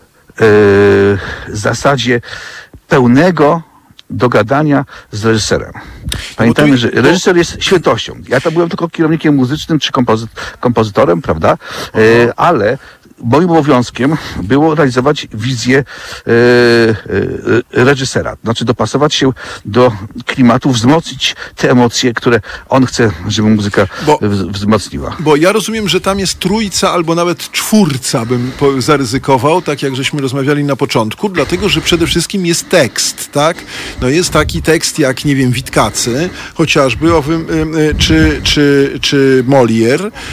zasadzie pełnego dogadania z reżyserem. Pamiętajmy, że reżyser jest świętością. Ja tam byłem tylko kierownikiem muzycznym czy kompozy- kompozytorem, prawda? E, ale moim obowiązkiem było realizować wizję e, e, reżysera. Znaczy dopasować się do klimatu, wzmocnić te emocje, które on chce, żeby muzyka Bo- w- wzmocniła. Bo ja rozumiem, że tam jest trójca albo nawet czwórca, bym po- zaryzykował, tak jak żeśmy rozmawiali na początku, dlatego, że przede wszystkim jest tekst, tak? No jest taki tekst jak, nie wiem, Witkacy, chociażby, owym, y, y, czy, czy, czy Molière. Y,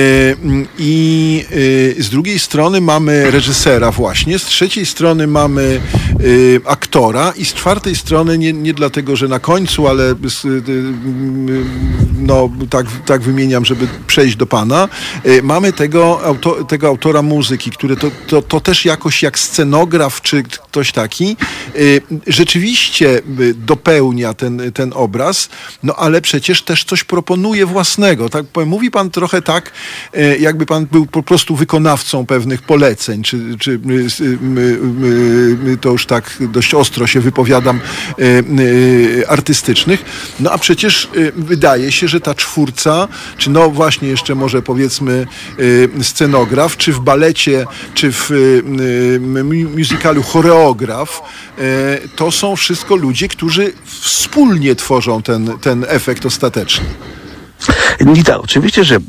I y, z drugiej strony mamy reżysera właśnie, z trzeciej strony mamy y, aktora i z czwartej strony, nie, nie dlatego, że na końcu, ale z, y, y, no tak, tak wymieniam, żeby przejść do pana, y, mamy tego, auto, tego autora muzyki, który to, to, to też jakoś jak scenograf, czy ktoś taki, y, rzeczywiście y, dopełnia ten, ten obraz, no ale przecież też coś proponuje własnego. Tak powiem, mówi pan trochę tak, y, jakby pan był po prostu wykonawcą pewnych poleceń, czy, czy y, y, y, to już tak dość ostro się wypowiadam, y, y, artystycznych. No a przecież y, wydaje się, że ta czwórca, czy no właśnie jeszcze może powiedzmy y, scenograf, czy w balecie, czy w y, y, musicalu choreograf, y, to są wszystko ludzie, którzy wspólnie tworzą ten, ten efekt ostateczny. Nie tak, oczywiście, że e,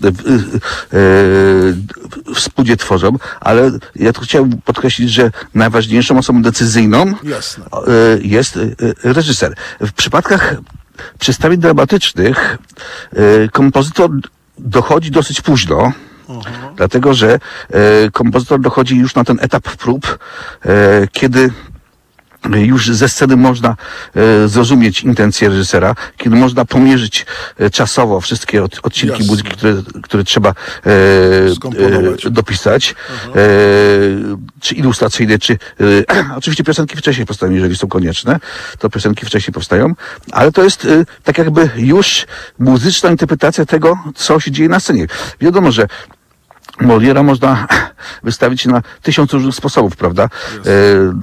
e, wspólnie tworzą, ale ja tu chciałem podkreślić, że najważniejszą osobą decyzyjną Jasne. e, jest e, reżyser. W przypadkach przedstawień dramatycznych e, kompozytor dochodzi dosyć późno, uh-huh. dlatego że e, kompozytor dochodzi już na ten etap prób, e, kiedy już ze sceny można e, zrozumieć intencje reżysera, kiedy można pomierzyć e, czasowo wszystkie od, odcinki Jasne. muzyki, które, które trzeba e, e, dopisać, uh-huh. e, czy ilustracyjne, czy e, oczywiście piosenki wcześniej powstają, jeżeli są konieczne, to piosenki wcześniej powstają, ale to jest e, tak jakby już muzyczna interpretacja tego, co się dzieje na scenie. Wiadomo, że Moliera można wystawić na tysiąc różnych sposobów, prawda? E,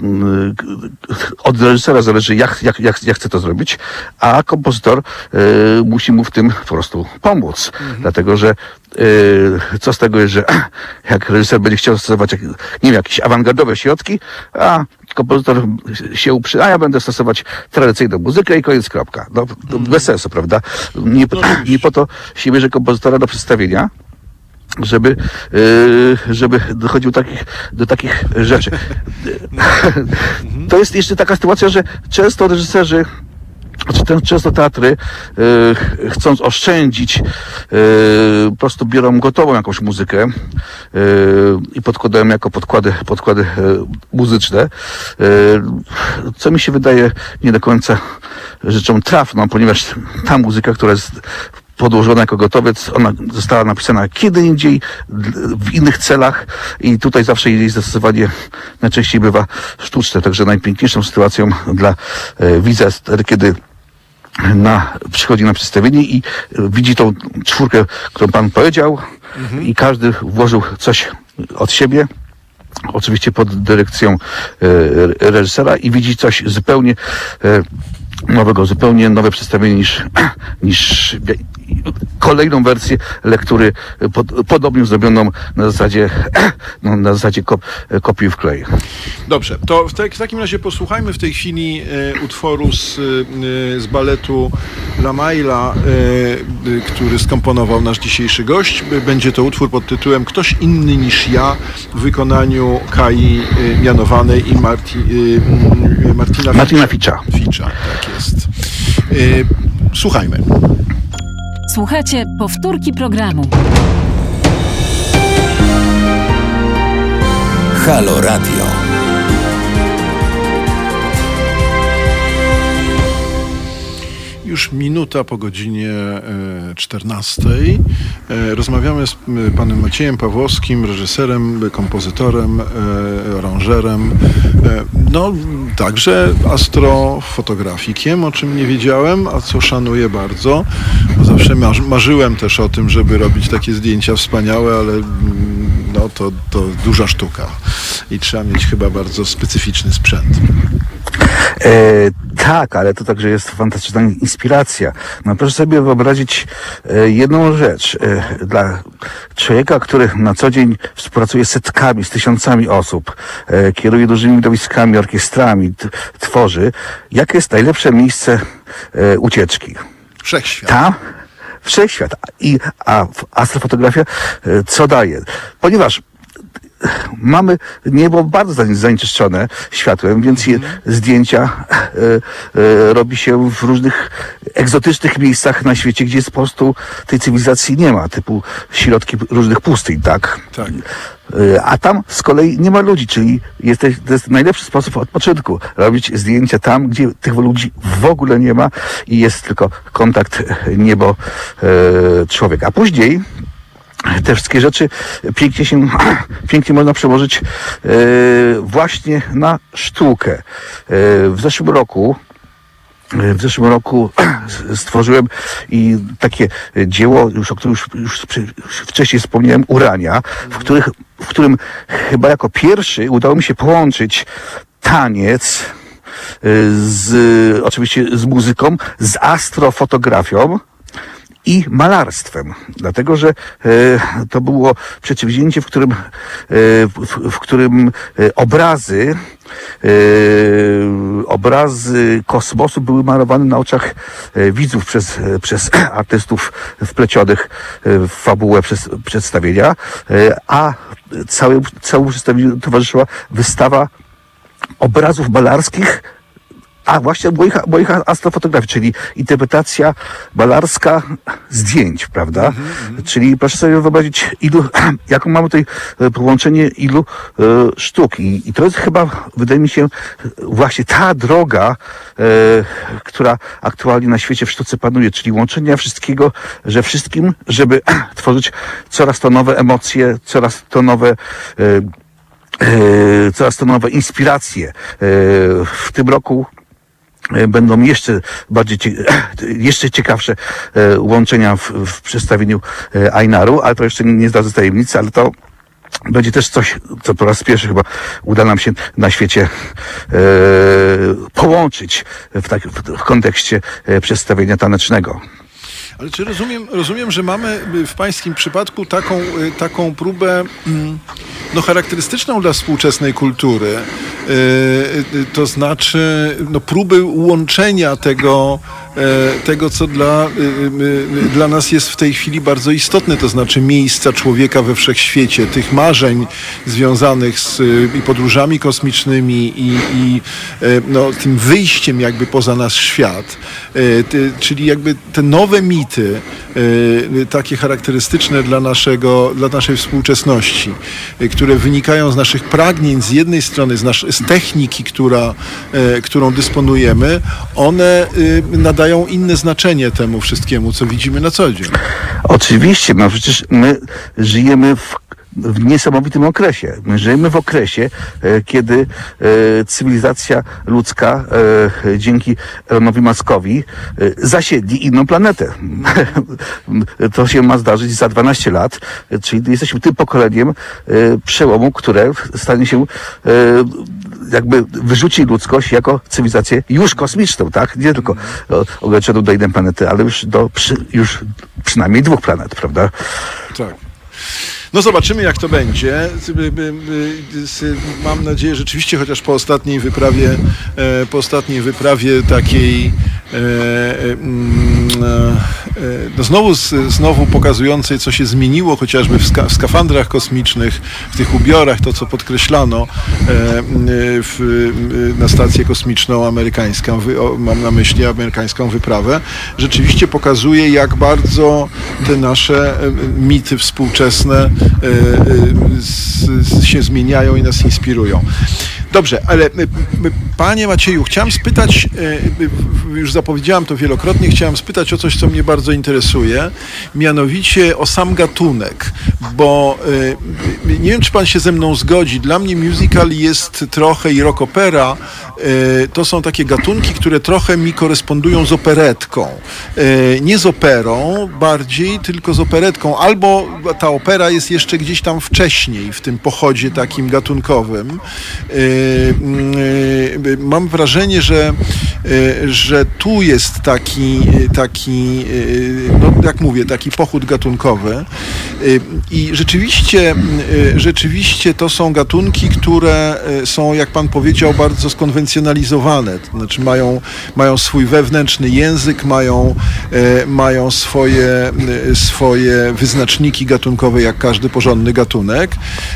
od reżysera zależy, jak, jak, jak, jak chce to zrobić, a kompozytor e, musi mu w tym po prostu pomóc. Mhm. Dlatego, że e, co z tego jest, że jak reżyser będzie chciał stosować jak, nie wiem, jakieś awangardowe środki, a kompozytor się uprzy, a ja będę stosować tradycyjną muzykę i koniec, kropka. No, to bez sensu, prawda? Nie, no, nie po to się bierze kompozytora do przedstawienia, żeby, yy, żeby dochodził takich, do takich rzeczy. To jest jeszcze taka sytuacja, że często reżyserzy Znaczy, ten, często teatry, y, chcąc oszczędzić, y, po prostu biorą gotową jakąś muzykę y, i podkładają jako podkłady, podkłady y, muzyczne, y, co mi się wydaje nie do końca rzeczą trafną, ponieważ ta muzyka, która jest podłożona jako gotowiec, ona została napisana kiedy indziej, w innych celach i tutaj zawsze jej zastosowanie najczęściej bywa sztuczne. Także najpiękniejszą sytuacją dla y, widza jest wtedy, kiedy na, przychodzi na przedstawienie i widzi tą czwórkę, którą pan powiedział, mhm. i każdy włożył coś od siebie, oczywiście pod dyrekcją e, reżysera i widzi coś zupełnie e, nowego, zupełnie nowe przedstawienie niż, niż kolejną wersję lektury pod, podobnie zrobioną na zasadzie, no, na zasadzie kop, kopiuj w klej. Dobrze, to w, te, w takim razie posłuchajmy w tej chwili e, utworu z, e, z baletu La Maila, e, który skomponował nasz dzisiejszy gość. Będzie to utwór pod tytułem Ktoś inny niż ja w wykonaniu Kai e, Mianowanej i Marti, e, Martina, Martina Ficza. Ficza, tak jest. E, słuchajmy. Słuchacie powtórki programu. Halo Radio. Już minuta po godzinie czternastej. Rozmawiamy z panem Maciejem Pawłowskim, reżyserem, kompozytorem, aranżerem, no także astrofotografikiem, o czym nie wiedziałem, a co szanuję bardzo. Zawsze marzyłem też o tym, żeby robić takie zdjęcia wspaniałe, ale no to, to duża sztuka i trzeba mieć chyba bardzo specyficzny sprzęt. E, tak, ale to także jest fantastyczna inspiracja. No proszę sobie wyobrazić e, jedną rzecz. E, dla człowieka, który na co dzień współpracuje z setkami, z tysiącami osób, e, kieruje dużymi widowiskami, orkiestrami, t- tworzy, jakie jest najlepsze miejsce e, ucieczki? Wszechświat. Tam? Wszechświat. I, a astrofotografia e, co daje? Ponieważ mamy niebo bardzo zanieczyszczone światłem, więc je, zdjęcia e, e, robi się w różnych egzotycznych miejscach na świecie, gdzie po prostu tej cywilizacji nie ma, typu środki różnych pustyń, tak? Tak. E, a tam z kolei nie ma ludzi, czyli jest, to jest najlepszy sposób odpoczynku. Robić zdjęcia tam, gdzie tych ludzi w ogóle nie ma i jest tylko kontakt niebo-człowiek. A później te wszystkie rzeczy pięknie się, pięknie można przełożyć e, właśnie na sztukę. E, w zeszłym roku W zeszłym roku stworzyłem i takie dzieło, już o którym już, już wcześniej wspomniałem, Urania, w, których, w którym chyba jako pierwszy udało mi się połączyć taniec z, oczywiście z muzyką, z astrofotografią i malarstwem, dlatego że e, to było przedsięwzięcie, w którym, e, w, w którym e, obrazy e, obrazy kosmosu były malowane na oczach e, widzów przez, e, przez artystów wplecionych e, w fabułę przez, przedstawienia, e, a całe, całemu przedstawieniu towarzyszyła wystawa obrazów malarskich, a właśnie moich, moich astrofotografii, czyli interpretacja malarska zdjęć, prawda? Mm-hmm. Czyli proszę sobie wyobrazić, ilu, jaką mamy tutaj połączenie ilu e, sztuk. I, I to jest chyba, wydaje mi się, właśnie ta droga, e, która aktualnie na świecie w sztuce panuje, czyli łączenia wszystkiego, że wszystkim, żeby tworzyć coraz to nowe emocje, coraz to nowe e, e, coraz to nowe inspiracje. E, w tym roku będą jeszcze bardziej, jeszcze ciekawsze e, łączenia w, w przedstawieniu e, Ainaru, ale to jeszcze nie, nie zdradzę tajemnicy, ale to będzie też coś, co po raz pierwszy chyba uda nam się na świecie e, połączyć w, tak, w, w kontekście e, przedstawienia tanecznego. Ale czy rozumiem, rozumiem, że mamy w pańskim przypadku taką, taką próbę no, charakterystyczną dla współczesnej kultury, yy, to znaczy no, próby łączenia tego tego, co dla, dla nas jest w tej chwili bardzo istotne, to znaczy miejsca człowieka we wszechświecie, tych marzeń związanych z i podróżami kosmicznymi i, i no, tym wyjściem jakby poza nasz świat, czyli jakby te nowe mity, takie charakterystyczne dla naszego, dla naszej współczesności, które wynikają z naszych pragnień z jednej strony, z, nasz, z techniki, która, którą dysponujemy, one nadają inne znaczenie temu wszystkiemu, co widzimy na co dzień. Oczywiście, no przecież my żyjemy w w niesamowitym okresie. My żyjemy w okresie, e, kiedy e, cywilizacja ludzka e, dzięki Elonowi Muskowi e, zasiedli inną planetę. To się ma zdarzyć za dwanaście lat, e, czyli jesteśmy tym pokoleniem e, przełomu, które stanie się e, jakby wyrzuci ludzkość jako cywilizację już kosmiczną, tak? Nie tylko ograniczoną do jednej planety, ale już do przy, już przynajmniej dwóch planet, prawda? Tak. No zobaczymy, jak to będzie. Mam nadzieję, rzeczywiście, chociaż po ostatniej wyprawie, po ostatniej wyprawie takiej no znowu, znowu pokazującej, co się zmieniło chociażby w, ska, w skafandrach kosmicznych, w tych ubiorach, to co podkreślano w, na stację kosmiczną amerykańską, mam na myśli amerykańską wyprawę, rzeczywiście pokazuje, jak bardzo te nasze mity współczesne się zmieniają i nas inspirują. Dobrze, ale panie Macieju, chciałem spytać, już zapowiedziałem to wielokrotnie, chciałem spytać o coś, co mnie bardzo interesuje, mianowicie o sam gatunek, bo nie wiem, czy pan się ze mną zgodzi, dla mnie musical jest trochę i rock opera, to są takie gatunki, które trochę mi korespondują z operetką. Nie z operą bardziej, tylko z operetką, albo ta opera jest jeszcze gdzieś tam wcześniej w tym pochodzie takim gatunkowym. Mam wrażenie, że, że tu jest taki, taki, no jak mówię, taki pochód gatunkowy i rzeczywiście, rzeczywiście to są gatunki, które są, jak pan powiedział, bardzo skonwencjonalizowane, to znaczy mają, mają swój wewnętrzny język, mają, mają swoje, swoje wyznaczniki gatunkowe, jak każdy porządny gatunek.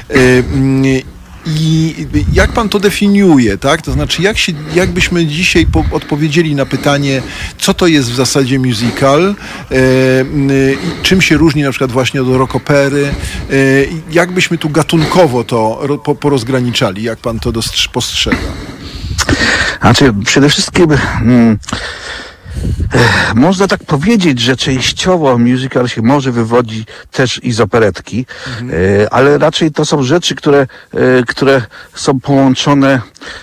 I jak pan to definiuje, tak? To znaczy, jak się, jakbyśmy dzisiaj po, odpowiedzieli na pytanie, co to jest w zasadzie musical, e, e, czym się różni na przykład właśnie od rock opery, e, jak byśmy tu gatunkowo to ro, po, porozgraniczali, jak pan to dostrz- postrzega? Znaczy, przede wszystkim hmm, można tak powiedzieć, że częściowo musical się może wywodzi też i z operetki, mhm. ale raczej to są rzeczy, które, które są połączone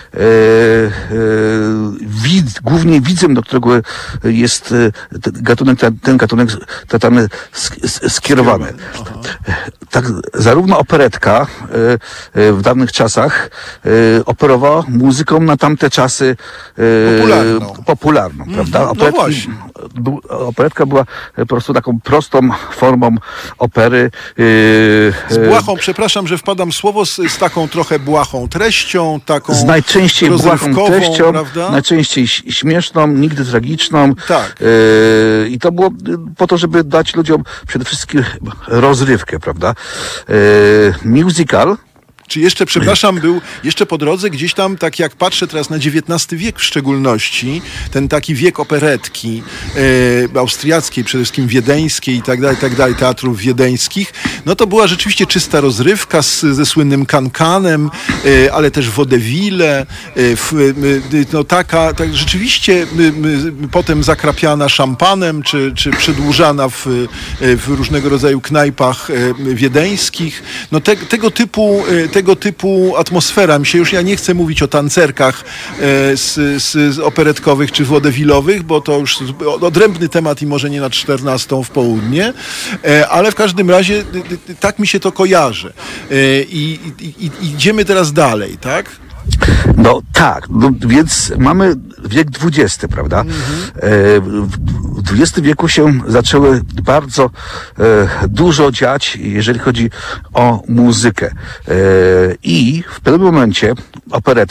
wid, głównie widzem, do którego jest ten gatunek, ten, ten gatunek ten skierowany. Tak, zarówno operetka w dawnych czasach operowała muzyką na tamte czasy popularną, popularną mm, prawda? No Operetki, właśnie. Bu, operetka była po prostu taką prostą formą opery. Z błahą, przepraszam, że wpadam w słowo, z, z taką trochę błahą treścią, taką z najczęściej błahą treścią, prawda? Najczęściej śmieszną, nigdy tragiczną. Tak. Yy, I to było po to, żeby dać ludziom przede wszystkim rozrywkę, prawda? Yy, musical. Czy jeszcze, przepraszam, był jeszcze po drodze gdzieś tam, tak jak patrzę teraz na dziewiętnasty wiek w szczególności, ten taki wiek operetki e, austriackiej, przede wszystkim wiedeńskiej i tak dalej, i tak dalej, teatrów wiedeńskich, no to była rzeczywiście czysta rozrywka z, ze słynnym kankanem, e, ale też vaudeville, e, f, e, no taka, tak rzeczywiście e, potem zakrapiana szampanem, czy, czy przedłużana w, w różnego rodzaju knajpach e, wiedeńskich. No te, tego typu e, tego typu atmosfera. Mi się już, ja nie chcę mówić o tancerkach e, z, z, z operetkowych czy waudevillowych, bo to już odrębny temat i może nie na czternastą w południe, e, ale w każdym razie e, tak mi się to kojarzy. E, i, i, i idziemy teraz dalej, tak? No tak, no, więc mamy wiek dwudziesty, prawda? Mm-hmm. E, w dwudziestym wieku się zaczęły bardzo e, dużo dziać, jeżeli chodzi o muzykę. E, I w pewnym momencie operetka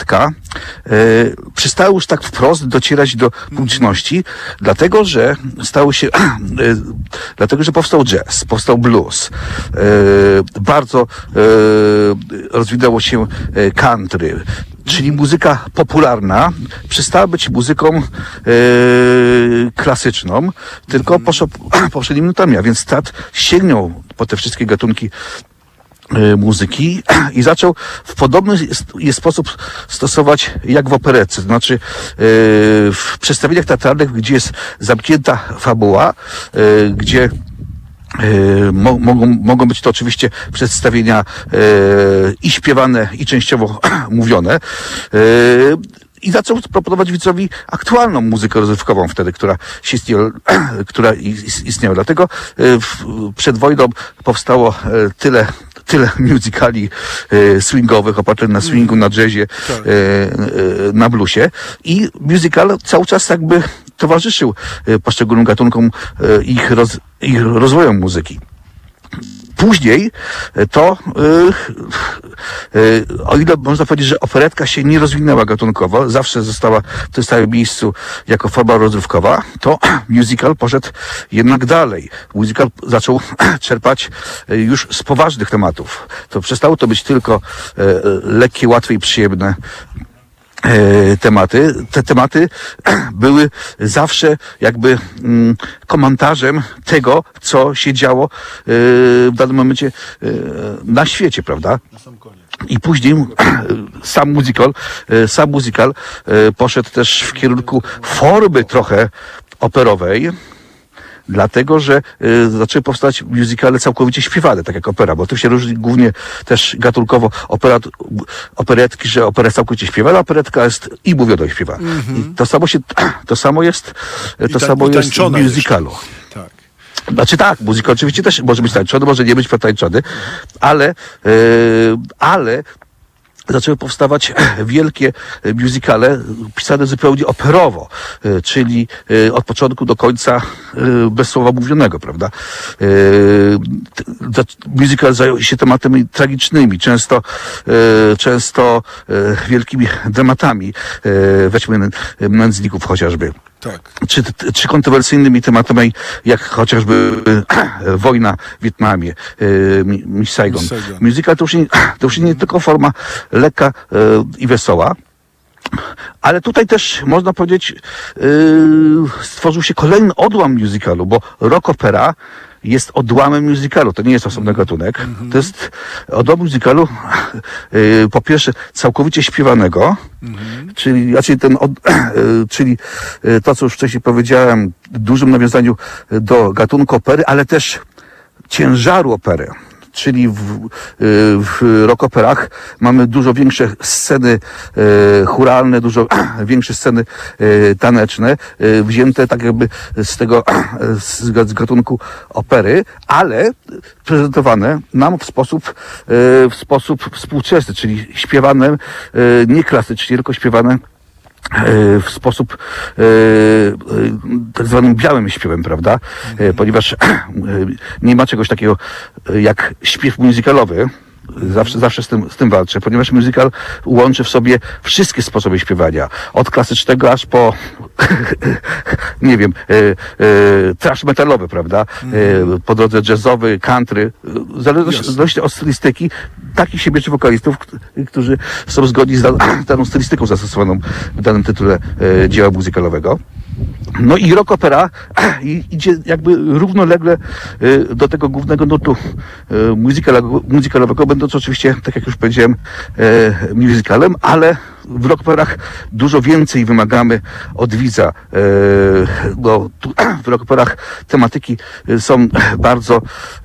e, przestały już tak wprost docierać do publiczności, dlatego, że stały się, e, dlatego, że powstał jazz, powstał blues, e, bardzo e, rozwinęło się e, country, czyli muzyka popularna przestała być muzyką e, klasyczną, tylko poszła poprzednimi nutami, a więc teatr sięgnął po te wszystkie gatunki muzyki i zaczął w podobny jest sposób stosować jak w operece. To znaczy w przedstawieniach teatralnych, gdzie jest zamknięta fabuła, gdzie Mo, mogą, mogą być to oczywiście przedstawienia e, i śpiewane, i częściowo mówione. E, I zaczął proponować widzowi aktualną muzykę rozrywkową wtedy, która się istniała, która istniała. Dlatego e, w, przed wojną powstało e, tyle tyle musicali e, swingowych, opartych na swingu, na jazzie, e, e, na bluesie. I musical cały czas jakby towarzyszył e, poszczególnym gatunkom e, ich, roz, ich rozwojom muzyki. Później to, yy, yy, o ile można powiedzieć, że operetka się nie rozwinęła gatunkowo, zawsze została w tym samym miejscu jako forma rozrywkowa, to musical poszedł jednak dalej. Musical zaczął czerpać już z poważnych tematów. To przestało to być tylko yy, lekkie, łatwe i przyjemne tematy. Te tematy były zawsze jakby mm, komentarzem tego, co się działo y, w danym momencie y, na świecie, prawda? I później sam musical, y, sam musical y, poszedł też w kierunku formy trochę operowej, dlatego, że y, zaczęły powstać musicale całkowicie śpiewane, tak jak opera, bo to się różni głównie też gatunkowo opera, operetki, że opera jest całkowicie śpiewana, operetka jest i mówiona i śpiewana. Mm-hmm. I to samo się, to samo jest, to ta, samo jest w musicalu. Tak. Znaczy tak, muzyka oczywiście też może być tańczony, może nie być potańczony, ale, yy, ale zaczęły powstawać wielkie musicale pisane zupełnie operowo, czyli od początku do końca bez słowa mówionego, prawda? Musical zajął się tematami tragicznymi, często, często wielkimi dramatami. Weźmy Nędzników chociażby. Tak. Czy, czy kontrowersyjnymi tematami, jak chociażby e, wojna w Wietnamie, e, Miss Saigon. Saigon. Musical to już, nie, to już nie tylko forma lekka e, i wesoła, ale tutaj też można powiedzieć e, stworzył się kolejny odłam musicalu, bo rock opera jest odłamem musicalu, to nie jest osobny gatunek. Mm-hmm. To jest odłam musicalu yy, po pierwsze całkowicie śpiewanego, mm-hmm. czyli, znaczy ten od, yy, czyli yy, to, co już wcześniej powiedziałem, w dużym nawiązaniu do gatunku opery, ale też ciężaru opery. Czyli w, w rock-operach mamy dużo większe sceny e, chóralne, dużo większe sceny e, taneczne, e, wzięte tak jakby z tego, z, z gatunku opery, ale prezentowane nam w sposób, e, w sposób współczesny, czyli śpiewane e, nie klasycznie, tylko śpiewane w sposób e, tak zwanym białym śpiewem, prawda? E, ponieważ nie ma czegoś takiego jak śpiew musicalowy. Zawsze, zawsze z tym, z tym walczę, ponieważ musical łączy w sobie wszystkie sposoby śpiewania. Od klasycznego aż po, nie wiem, e, e, thrash metalowy, prawda? E, po drodze jazzowy, country. Zależnie, zależnie od stylistyki, takich się bierze wokalistów, którzy są zgodni z daną stylistyką zastosowaną w danym tytule e, dzieła musicalowego. No i rock opera idzie jakby równolegle do tego głównego nutu musicalowego, będąc oczywiście, tak jak już powiedziałem, musicalem, ale w rock operach dużo więcej wymagamy od widza, bo tu w rock operach tematyki są bardzo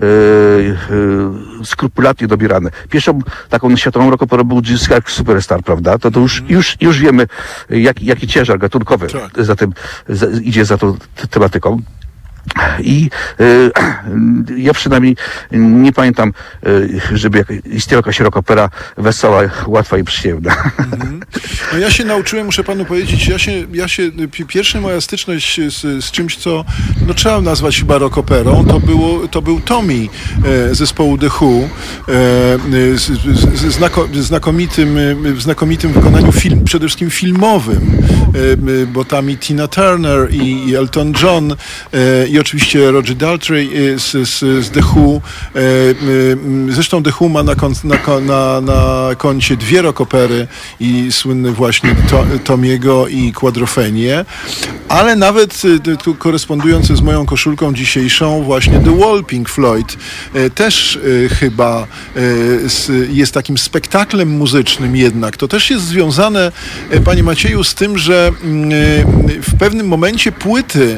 skrupulatnie dobierane. Pierwszą taką światową rock operą był Jesus Christ Superstar, prawda? To, to już, już, już wiemy, jaki, jaki ciężar gatunkowy tak. za tym za, idzie za tą tematyką. I y, ja przynajmniej nie pamiętam, y, żeby jak, istniała jakaś rockopera wesoła, łatwa i przyjemna. Mhm. No ja się nauczyłem, muszę panu powiedzieć, ja się, ja się pierwsza moja styczność z, z czymś, co no, trzeba nazwać chyba rockoperą, to, było, to był Tommy e, zespołu The Who, e, z, z, z znako, znakomitym, w znakomitym wykonaniu film, przede wszystkim filmowym, e, bo tam i Tina Turner, i, i Elton John, e, i oczywiście Roger Daltrey z, z, z The Who. Zresztą The Who ma na, na, na, na koncie dwie rockopery i słynny właśnie to, Tomiego i Quadrophenię, ale nawet korespondujący z moją koszulką dzisiejszą właśnie The Wall Pink Floyd też chyba jest takim spektaklem muzycznym jednak. To też jest związane, panie Macieju, z tym, że w pewnym momencie płyty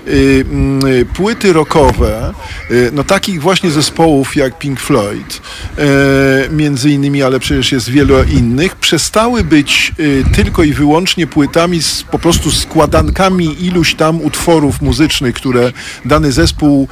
płyty rockowe, no takich właśnie zespołów jak Pink Floyd, między innymi, ale przecież jest wielu innych, przestały być tylko i wyłącznie płytami z po prostu składankami iluś tam utworów muzycznych, które dany zespół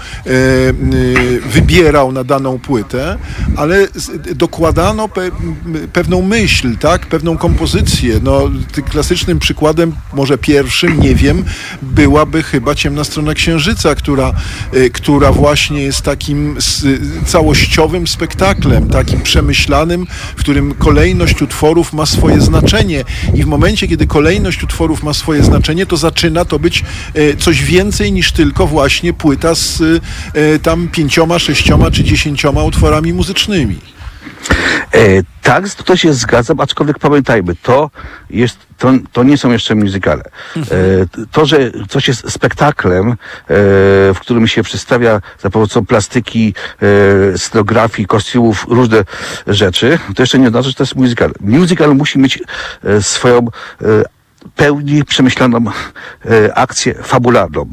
wybierał na daną płytę, ale dokładano pe pewną myśl, tak, pewną kompozycję. No, klasycznym przykładem, może pierwszym, nie wiem, byłaby chyba Ciemna strona Księżyca, która, która właśnie jest takim całościowym spektaklem, takim przemyślanym, w którym kolejność utworów ma swoje znaczenie i w momencie, kiedy kolejność utworów ma swoje znaczenie, to zaczyna to być coś więcej niż tylko właśnie płyta z tam pięcioma, sześcioma czy dziesięcioma utworami muzycznymi. E, tak, to się zgadzam, aczkolwiek pamiętajmy, to, jest, to, to nie są jeszcze musicale. E, to, że coś jest spektaklem, e, w którym się przedstawia za pomocą plastyki, e, scenografii, kostiumów, różne rzeczy, to jeszcze nie oznacza, że to jest musical. Musical musi mieć e, swoją e, pełni przemyślaną e, akcję fabularną,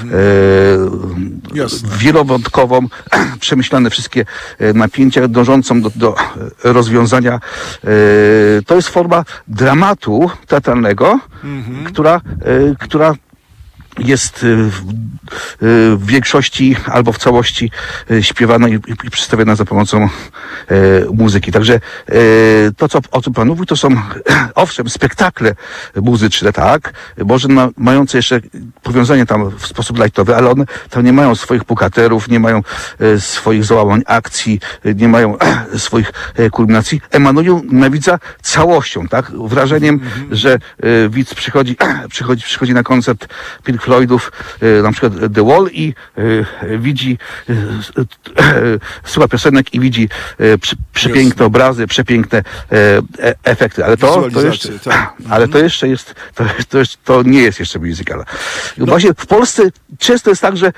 e, wielowątkową, przemyślane wszystkie e, napięcia dążącą do, do rozwiązania. E, to jest forma dramatu teatralnego, mhm. która, e, która jest w, w większości albo w całości śpiewana i, i przedstawiana za pomocą e, muzyki. Także e, to, co, o czym pan mówi, to są owszem spektakle muzyczne, tak, może ma, mające jeszcze powiązanie tam w sposób lightowy, ale one tam nie mają swoich bohaterów, nie mają e, swoich załamań akcji, e, nie mają e, swoich e, kulminacji. Emanują na widza całością, tak, wrażeniem, mm-hmm. że e, widz przychodzi, przychodzi, przychodzi na koncert Pink Floydów, na przykład The Wall i y, widzi, y, y, słucha piosenek i widzi y, przy, przepiękne obrazy, przepiękne y, efekty. Ale to, to jeszcze, tak. ale to jeszcze jest, to, to, jest, to nie jest jeszcze musical. No. Właśnie w Polsce często jest tak, że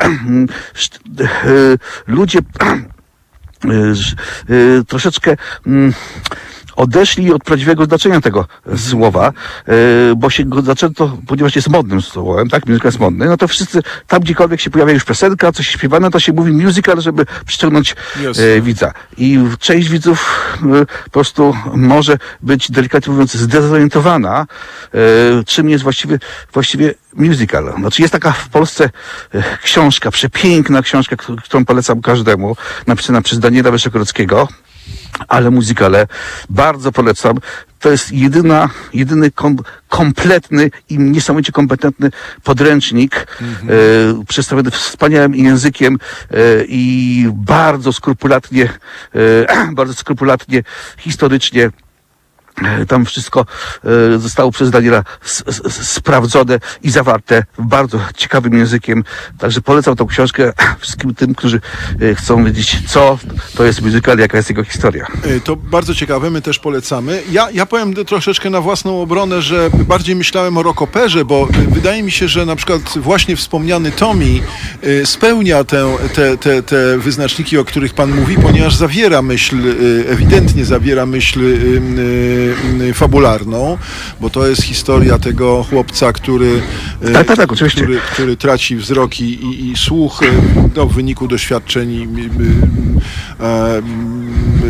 y, y, ludzie y, y, troszeczkę y, odeszli od prawdziwego znaczenia tego słowa, yy, bo się go zaczęto, ponieważ jest modnym słowem, tak, musical jest modny, no to wszyscy, tam gdziekolwiek się pojawia już piosenka, coś śpiewane, to się mówi musical, żeby przyciągnąć yy, widza. I część widzów yy, po prostu może być, delikatnie mówiąc, zdezorientowana, yy, czym jest właściwie, właściwie musical. Znaczy jest taka w Polsce yy, książka, przepiękna książka, którą polecam każdemu, napisana przez Daniela Wyszogrodzkiego, ale muzykale bardzo polecam. To jest jedyna, jedyny kom, kompletny i niesamowicie kompetentny podręcznik, mm-hmm. e, przedstawiony wspaniałym językiem e, i bardzo skrupulatnie, e, bardzo skrupulatnie, historycznie. Tam wszystko e, zostało przez Daniela s, s, sprawdzone i zawarte bardzo ciekawym językiem. Także polecam tą książkę wszystkim tym, którzy e, chcą wiedzieć, co to jest musical, jaka jest jego historia. To bardzo ciekawe, my też polecamy. Ja, ja powiem troszeczkę na własną obronę, że bardziej myślałem o rockoperze, bo wydaje mi się, że na przykład właśnie wspomniany Tommy e, spełnia tę, te, te, te wyznaczniki, o których pan mówi, ponieważ zawiera myśl, e, ewidentnie zawiera myśl e, fabularną, bo to jest historia tego chłopca, który, tak, tak, tak, oczywiście. który, który traci wzrok i, i, i słuch no, w wyniku doświadczeń e,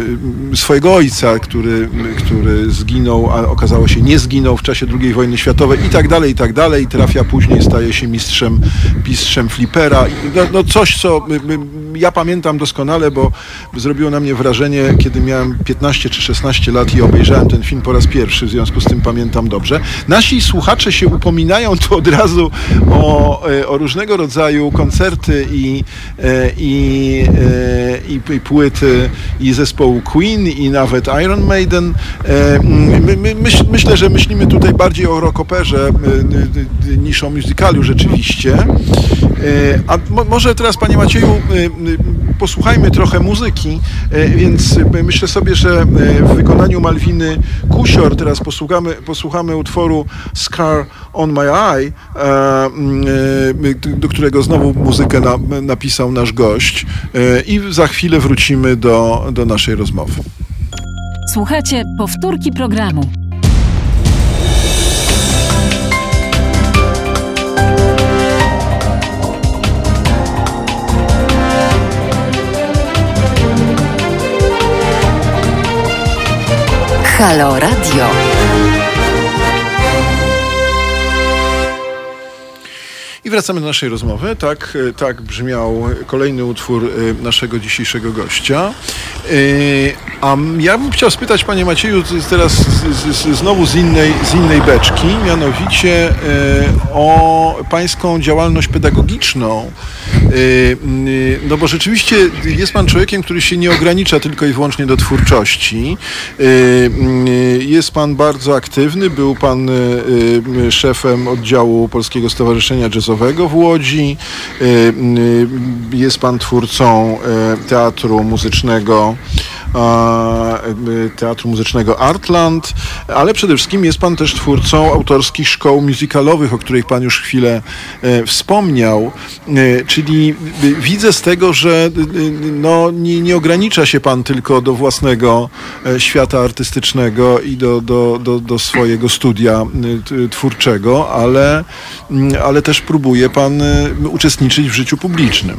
swojego ojca, który, który zginął, a okazało się nie zginął w czasie drugiej wojny światowej i tak dalej, i tak dalej. Trafia później, staje się mistrzem, mistrzem flipera. No, no coś, co ja pamiętam doskonale, bo zrobiło na mnie wrażenie, kiedy miałem piętnaście czy szesnaście lat i obejrzałem ten film po raz pierwszy, w związku z tym pamiętam dobrze. Nasi słuchacze się upominają tu od razu o, o różnego rodzaju koncerty i, i, i, i płyty i zespołu Queen, i nawet Iron Maiden. My, my, myśl, myślę, że myślimy tutaj bardziej o rockoperze niż o musicalu rzeczywiście. A mo, może teraz, panie Macieju, posłuchajmy trochę muzyki, więc myślę sobie, że w wykonaniu Malwiny Kusior teraz posłuchamy, posłuchamy utworu Scar on My Eye, do którego znowu muzykę na, napisał nasz gość, i za chwilę wrócimy do, do naszej rozmowy. Słuchajcie powtórki programu. Halo Radio. I wracamy do naszej rozmowy. Tak, tak brzmiał kolejny utwór naszego dzisiejszego gościa. A ja bym chciał spytać, panie Macieju, teraz z, z, znowu z innej, z innej beczki, mianowicie o pańską działalność pedagogiczną. No bo rzeczywiście jest pan człowiekiem, który się nie ogranicza tylko i wyłącznie do twórczości. Jest pan bardzo aktywny, był pan szefem oddziału Polskiego Stowarzyszenia Jazzowego w Łodzi. Jest pan twórcą teatru muzycznego Teatru Muzycznego Artland, ale przede wszystkim jest pan też twórcą autorskich szkoł musicalowych, o których pan już chwilę e, wspomniał, e, czyli e, widzę z tego, że e, no, nie, nie ogranicza się pan tylko do własnego e, świata artystycznego i do, do, do, do swojego studia e, t, twórczego, ale, m, ale też próbuje pan e, uczestniczyć w życiu publicznym.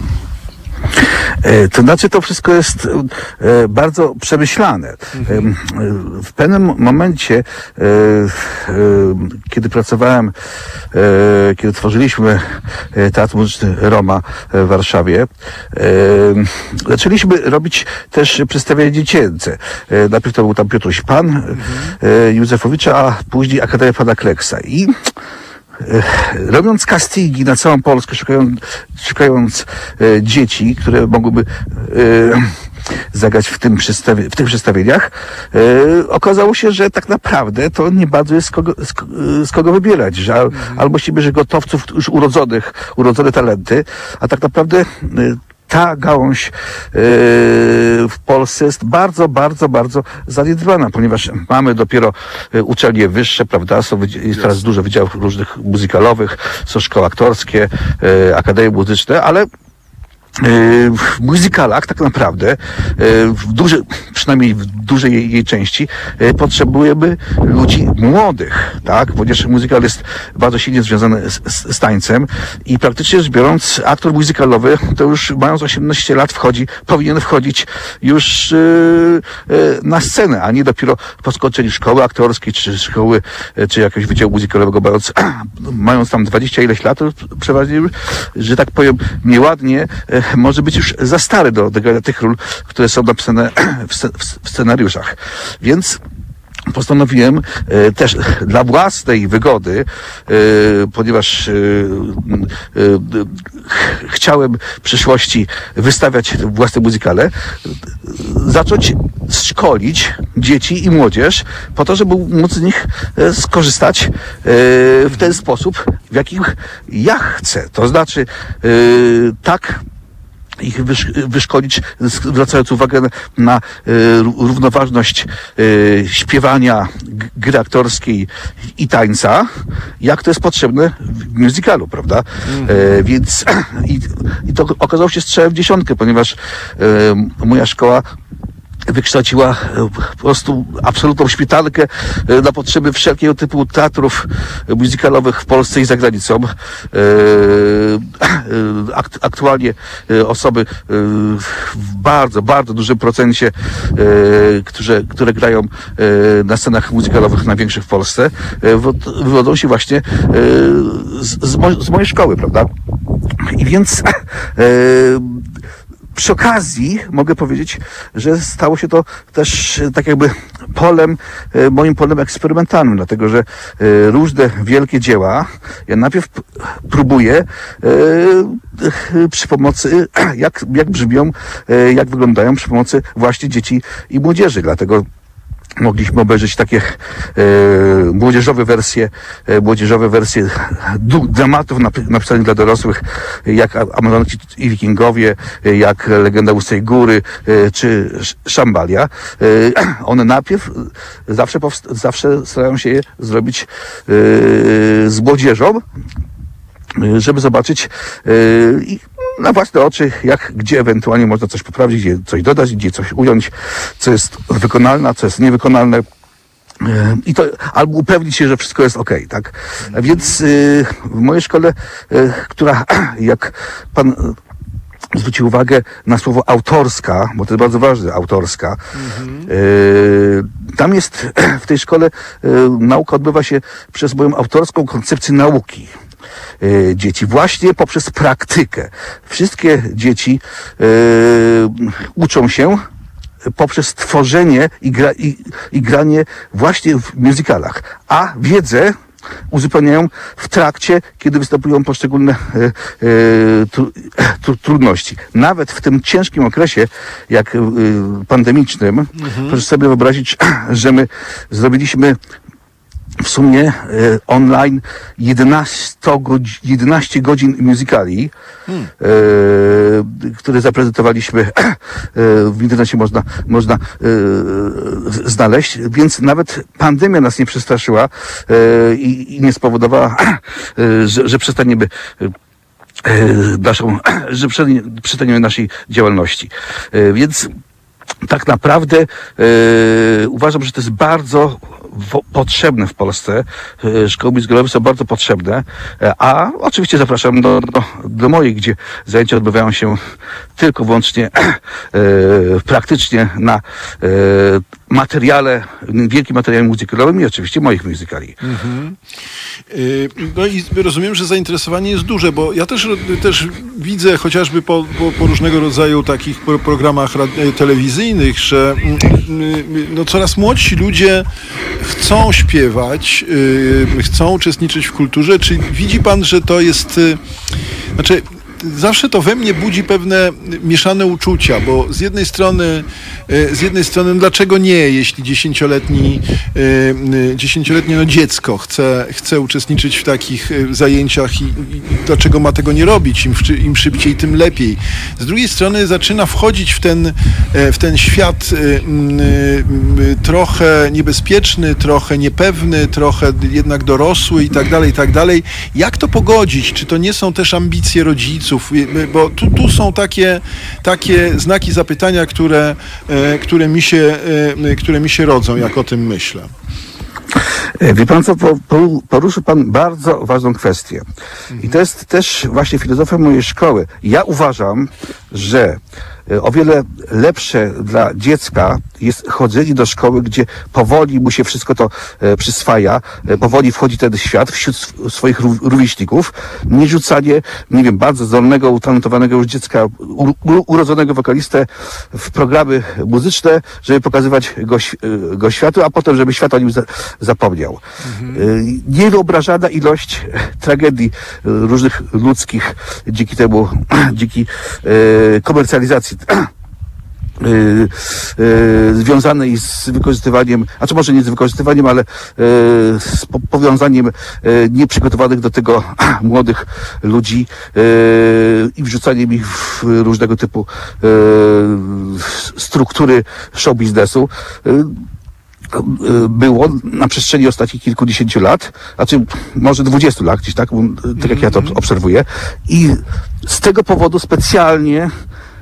To znaczy, to wszystko jest e, bardzo przemyślane. Mhm. E, w pewnym momencie, e, e, kiedy pracowałem, e, kiedy tworzyliśmy Teatr Muzyczny Roma w Warszawie, e, zaczęliśmy robić też przedstawienia dziecięce. E, najpierw to był tam Piotruś Pan, mhm. e, Józefowicza, a później Akademia Pana Kleksa. I robiąc castingi na całą Polskę, szukając, szukając e, dzieci, które mogłyby e, zagrać w, tym przedstawi- w tych przedstawieniach, e, okazało się, że tak naprawdę to nie bardzo jest z kogo, z, z kogo wybierać, że al, mhm. albo się bierze gotowców już urodzonych, urodzone talenty, a tak naprawdę e, ta gałąź yy, w Polsce jest bardzo, bardzo, bardzo zaniedbana, ponieważ mamy dopiero y, uczelnie wyższe, prawda, są, jest teraz dużo wydziałów różnych muzykalowych, są szkoły aktorskie, y, akademie muzyczne, ale w muzykalach tak naprawdę w duży, przynajmniej w dużej jej, jej części potrzebujemy ludzi młodych, tak? Ponieważ muzykal jest bardzo silnie związany z, z, z tańcem i praktycznie rzecz biorąc aktor muzykalowy to już mając osiemnaście lat wchodzi, powinien wchodzić już yy, yy, na scenę, a nie dopiero po skończeniu szkoły aktorskiej czy szkoły, czy jakiegoś wydziału muzykalowego mając, mając tam dwadzieścia ileś lat, to przeważnie już, że tak powiem nieładnie, może być już za stary do odegrania tych ról, które są napisane w, w, w scenariuszach. Więc postanowiłem e, też dla własnej wygody, e, ponieważ e, e, ch chciałem w przyszłości wystawiać własne muzykale, zacząć szkolić dzieci i młodzież po to, żeby móc z nich e, skorzystać e, w ten sposób, w jakim ja chcę. To znaczy e, tak ich wysz, wyszkolić, zwracając uwagę na y, równoważność y, śpiewania, gry aktorskiej i tańca, jak to jest potrzebne w musicalu, prawda? Mm. E, więc i, i to okazało się strzałem w dziesiątkę, ponieważ e, moja szkoła wykształciła po prostu absolutną szpitalkę na potrzeby wszelkiego typu teatrów musicalowych w Polsce i za granicą. Aktualnie osoby w bardzo, bardzo dużym procencie, które, które grają na scenach musicalowych największych w Polsce, wywodzą się właśnie z, z, mo- z mojej szkoły, prawda? I więc przy okazji mogę powiedzieć, że stało się to też tak jakby polem, moim polem eksperymentalnym, dlatego że różne wielkie dzieła ja najpierw próbuję przy pomocy, jak, jak brzmią, jak wyglądają przy pomocy właśnie dzieci i młodzieży, dlatego mogliśmy obejrzeć takie e, młodzieżowe wersje, e, młodzieżowe wersje du- dramatów nap- napisanych dla dorosłych, jak Amazonki i Wikingowie, e, jak Legenda Łysej Góry, e, czy Sz- Szambalia. E, one najpierw zawsze, powst- zawsze starają się je zrobić e, z młodzieżą, e, żeby zobaczyć e, i na własne oczy, jak, gdzie ewentualnie można coś poprawić, gdzie coś dodać, gdzie coś ująć, co jest wykonalne, co jest niewykonalne. I to, albo upewnić się, że wszystko jest okej, tak? A więc yy, w mojej szkole, yy, która, jak pan zwrócił uwagę na słowo autorska, bo to jest bardzo ważne, autorska. Mhm. Yy, tam jest, w tej szkole yy, nauka odbywa się przez moją autorską koncepcję nauki. Dzieci właśnie poprzez praktykę. Wszystkie dzieci yy, uczą się poprzez tworzenie i, gra, i, i granie właśnie w musicalach, a wiedzę uzupełniają w trakcie, kiedy występują poszczególne e, e, tru, tru, trudności. Nawet w tym ciężkim okresie, jak e, pandemicznym, mhm. proszę sobie wyobrazić, że my zrobiliśmy w sumie e, online jedenaście godzin musicali, hmm. e, które zaprezentowaliśmy e, w internecie, można, można e, znaleźć, więc nawet pandemia nas nie przestraszyła e, i, i nie spowodowała, e, że, że przestaniemy e, naszą, że przestaniemy naszej działalności. E, więc tak naprawdę e, uważam, że to jest bardzo w, potrzebne w Polsce. E, szkoły musicalowe są bardzo potrzebne, e, a oczywiście zapraszam do, do, do mojej, gdzie zajęcia odbywają się tylko wyłącznie e, praktycznie na e, materiale, wielkim materiale musicalowym i oczywiście moich musicali. Mhm. No i rozumiem, że zainteresowanie jest duże, bo ja też, też widzę chociażby po, po, po różnego rodzaju takich programach telewizyjnych, że no, coraz młodsi ludzie chcą śpiewać, chcą uczestniczyć w kulturze. Czy widzi pan, że to jest... Znaczy, zawsze to we mnie budzi pewne mieszane uczucia, bo z jednej strony, z jednej strony, dlaczego nie, jeśli dziesięcioletni, dziesięcioletnie no dziecko chce, chce uczestniczyć w takich zajęciach i, i dlaczego ma tego nie robić, im, im szybciej, tym lepiej. Z drugiej strony zaczyna wchodzić w ten, w ten świat trochę niebezpieczny, trochę niepewny, trochę jednak dorosły i tak dalej, i tak dalej. Jak to pogodzić? Czy to nie są też ambicje rodziców? Bo tu, tu są takie, takie znaki zapytania, które, które, mi się, które mi się rodzą, jak o tym myślę. Wie pan co, poruszył pan bardzo ważną kwestię. I to jest też właśnie filozofia mojej szkoły. Ja uważam, że o wiele lepsze dla dziecka jest chodzenie do szkoły, gdzie powoli mu się wszystko to e, przyswaja, e, powoli wchodzi ten świat wśród sw- swoich rówieśników, nie rzucanie, nie wiem, bardzo zdolnego, utalentowanego już dziecka, u- u- urodzonego wokalistę w programy muzyczne, żeby pokazywać go, e, go światu, a potem, żeby świat o nim za- zapomniał. Mhm. E, niewyobrażalna ilość tragedii e, różnych ludzkich dzięki temu, dzięki e, komercjalizacji Yy, yy, związanej z wykorzystywaniem, a czy może nie z wykorzystywaniem, ale yy, z po- powiązaniem yy, nieprzygotowanych do tego młodych ludzi yy, i wrzucaniem ich w różnego typu yy, struktury show biznesu. Yy, było na przestrzeni ostatnich kilkudziesięciu lat, znaczy może dwudziestu lat gdzieś, tak, tak jak ja to obserwuję. I z tego powodu specjalnie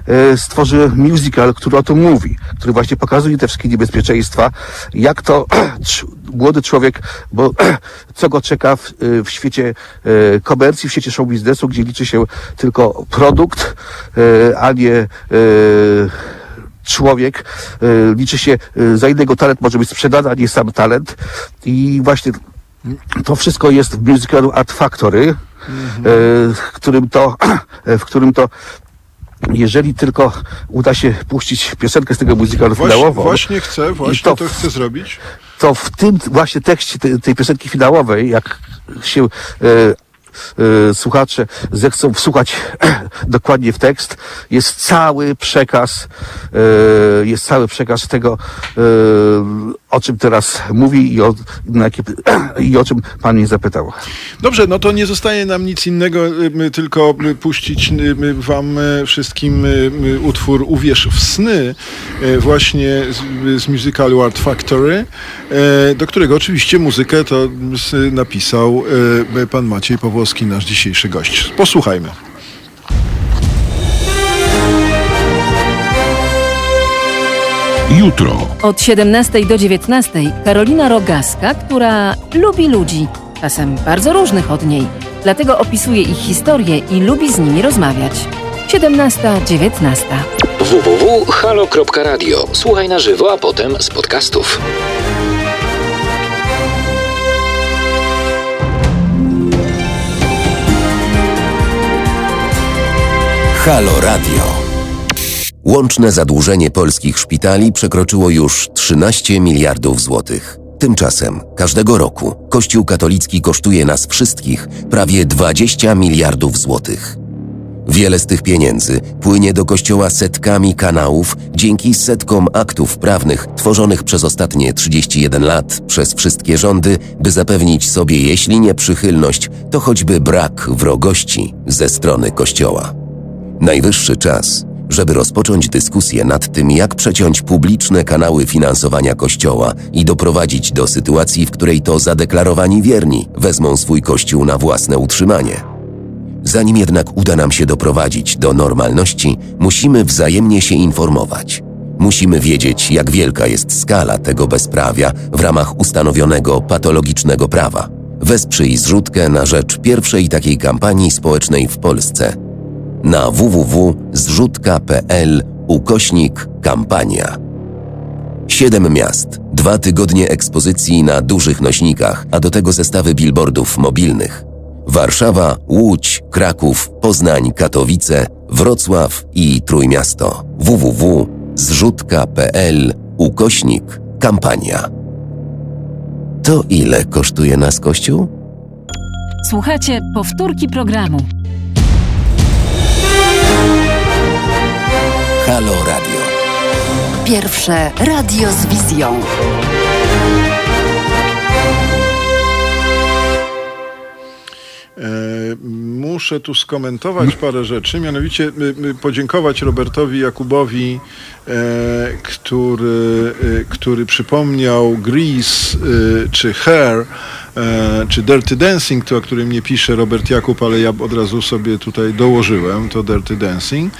e, stworzy musical, który o tym mówi, który właśnie pokazuje te wszystkie niebezpieczeństwa, jak to młody człowiek, bo co go czeka w, w świecie e, komercji, w świecie show biznesu, gdzie liczy się tylko produkt, e, a nie e, człowiek, e, liczy się, e, za innego talent może być sprzedany, a nie sam talent. I właśnie to wszystko jest w musicalu Art Factory, mhm. e, w którym to, w którym to jeżeli tylko uda się puścić piosenkę z tego musicalu właśnie, finałową. Właśnie chcę, właśnie to, to chcę zrobić. To w tym właśnie tekście tej, tej piosenki finałowej, jak się e, e, słuchacze zechcą wsłuchać dokładnie w tekst, jest cały przekaz, e, jest cały przekaz tego, e, o czym teraz mówi i o, na jakie, i o czym pan mnie zapytał. Dobrze, no to nie zostaje nam nic innego, my tylko puścić my wam wszystkim utwór Uwierz w sny, właśnie z, z musicalu Art Factory, do którego oczywiście muzykę to napisał pan Maciej Pawłowski, nasz dzisiejszy gość. Posłuchajmy. Jutro. Od siedemnastej do dziewiętnastej Karolina Rogaska, która lubi ludzi, czasem bardzo różnych od niej. Dlatego opisuje ich historię i lubi z nimi rozmawiać. siedemnasta dziewiętnasta. w w w kropka halo kropka radio. Słuchaj na żywo, a potem z podcastów. Halo Radio. Łączne zadłużenie polskich szpitali przekroczyło już trzynaście miliardów złotych. Tymczasem każdego roku Kościół katolicki kosztuje nas wszystkich prawie dwadzieścia miliardów złotych. Wiele z tych pieniędzy płynie do Kościoła setkami kanałów dzięki setkom aktów prawnych tworzonych przez ostatnie trzydzieści jeden lat przez wszystkie rządy, by zapewnić sobie, jeśli nie przychylność, to choćby brak wrogości ze strony Kościoła. Najwyższy czas, żeby rozpocząć dyskusję nad tym, jak przeciąć publiczne kanały finansowania Kościoła i doprowadzić do sytuacji, w której to zadeklarowani wierni wezmą swój Kościół na własne utrzymanie. Zanim jednak uda nam się doprowadzić do normalności, musimy wzajemnie się informować. Musimy wiedzieć, jak wielka jest skala tego bezprawia w ramach ustanowionego patologicznego prawa. Wesprzyj zrzutkę na rzecz pierwszej takiej kampanii społecznej w Polsce. Na w w w kropka zrzutka kropka p l ukośnik kampania. Siedem miast, dwa tygodnie ekspozycji na dużych nośnikach, a do tego zestawy billboardów mobilnych. Warszawa, Łódź, Kraków, Poznań, Katowice, Wrocław i Trójmiasto. w w w kropka zrzutka kropka p l ukośnik kampania. To ile kosztuje nas Kościół? Słuchacie powtórki programu. Halo Radio. Pierwsze radio z wizją. Muszę tu skomentować parę rzeczy, mianowicie podziękować Robertowi Jakubowi, który, który przypomniał Grease czy Hair, czy Dirty Dancing, to o którym nie pisze Robert Jakub, ale ja od razu sobie tutaj dołożyłem to Dirty Dancing,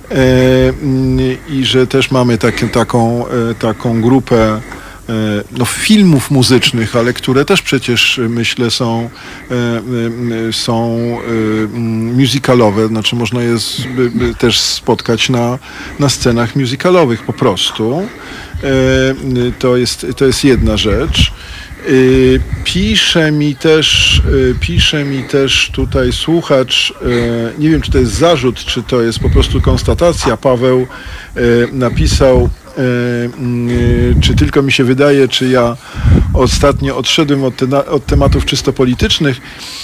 i że też mamy tak, taką, taką grupę no, filmów muzycznych, ale które też przecież, myślę, są, są musicalowe, znaczy można je z, też spotkać na, na scenach musicalowych po prostu. To jest, to jest jedna rzecz. Pisze mi też, pisze mi też tutaj słuchacz, nie wiem, czy to jest zarzut, czy to jest po prostu konstatacja. Paweł napisał, czy tylko mi się wydaje, czy ja ostatnio odszedłem od, te, od tematów czysto politycznych.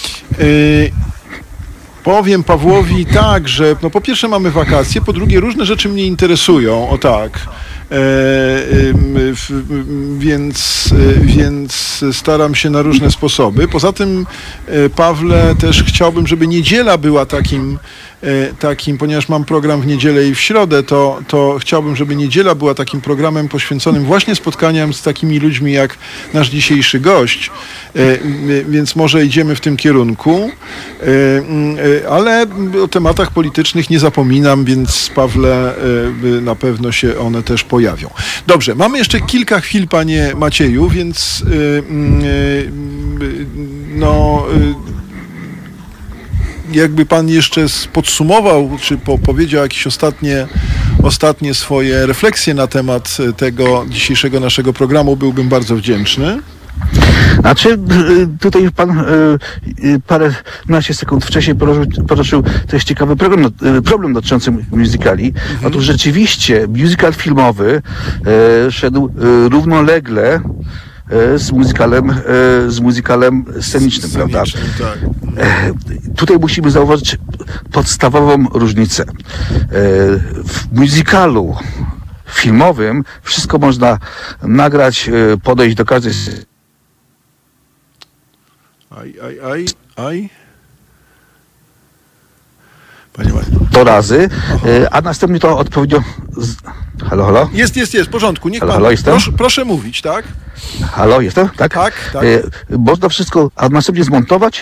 Powiem Pawłowi tak, że no po pierwsze mamy wakacje, po drugie różne rzeczy mnie interesują, o tak. E, e, w, więc, więc więc staram się na różne sposoby. Poza tym, Pawle, też chciałbym, żeby niedziela była takim, takim, ponieważ mam program w niedzielę i w środę, to, to chciałbym, żeby niedziela była takim programem poświęconym właśnie spotkaniom z takimi ludźmi jak nasz dzisiejszy gość. Więc może idziemy w tym kierunku, ale o tematach politycznych nie zapominam, więc Pawle, na pewno się one też pojawią. Dobrze, mamy jeszcze kilka chwil, panie Macieju, więc no jakby pan jeszcze podsumował, czy po, powiedział jakieś ostatnie, ostatnie swoje refleksje na temat tego dzisiejszego naszego programu, byłbym bardzo wdzięczny. Znaczy, tutaj pan paręnaście sekund wcześniej poruszył, poruszył też ciekawy problem, problem dotyczący musicali. Mhm. Otóż rzeczywiście musical filmowy e, szedł równolegle z muzykalem, z muzykalem scenicznym, prawda? Tak. Tutaj musimy zauważyć podstawową różnicę. W musicalu filmowym wszystko można nagrać, podejść do każdej... Aj, aj, aj, aj. Panie Maciej. To razy, Aha. a następnie to odpowiedział... Z... Halo, halo? Jest, jest, jest, w porządku. Niech halo, pan... halo, jestem? Proszę, proszę mówić, tak? Halo, jestem? Tak? Tak, tak. E, można wszystko, a następnie zmontować,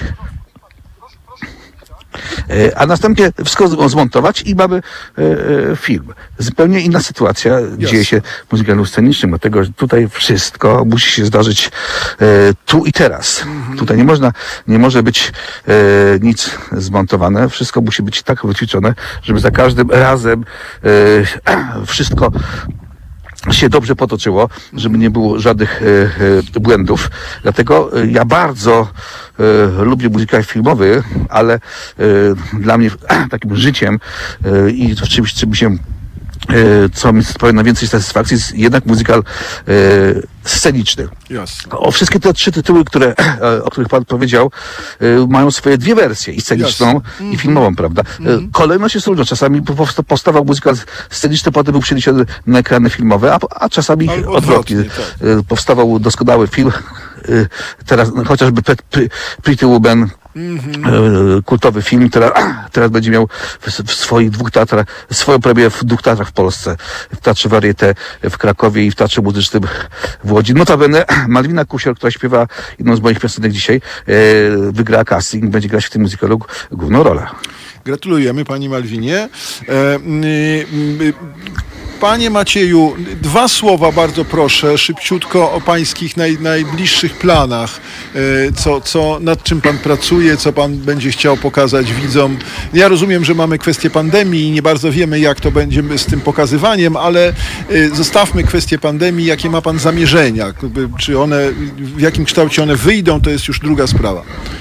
e, a następnie wszystko zmontować i mamy e, e, film. Zupełnie inna sytuacja Jasne. dzieje się w muzykalu scenicznym, dlatego że tutaj wszystko musi się zdarzyć e, tu i teraz. Mhm. Tutaj nie można, nie może być e, nic zmontowane. Wszystko musi być tak wyćwiczone, żeby za każdym razem e, wszystko się dobrze potoczyło, żeby nie było żadnych e, e, błędów. Dlatego e, ja bardzo e, lubię muzykę filmowy, ale e, dla mnie e, takim życiem e, i czymś, czym się co mi sprawia najwięcej satysfakcji, jest jednak muzykal e, sceniczny. Jasne. O, wszystkie te trzy tytuły, które, o których pan powiedział, e, mają swoje dwie wersje, i sceniczną, mm-hmm. i filmową, prawda? Mm-hmm. Kolejność jest różna. Czasami powstawał muzykal sceniczny, potem był przeniesiony na ekrany filmowe, a, a czasami odwrotnie. odwrotnie tak. Powstawał doskonały film. Teraz chociażby Pretty Woman, mm-hmm. kultowy film, teraz, teraz będzie miał w, w swoich dwóch teatrach, swoją premierę w dwóch teatrach w Polsce. W Teatrze Varieté w Krakowie i w Teatrze Muzycznym w Łodzi. Notabene Malwina Kusior, która śpiewa jedną z moich piosenek dzisiaj, wygrała casting, będzie grać w tym muzykalu główną rolę. Gratulujemy pani Malwinie. E, y, y, Panie Macieju, dwa słowa bardzo proszę, szybciutko o pańskich naj, najbliższych planach. Co, co, nad czym pan pracuje, co pan będzie chciał pokazać widzom. Ja rozumiem, że mamy kwestię pandemii i nie bardzo wiemy, jak to będzie z tym pokazywaniem, ale zostawmy kwestię pandemii. Jakie ma pan zamierzenia? Czy one, w jakim kształcie one wyjdą, to jest już druga sprawa.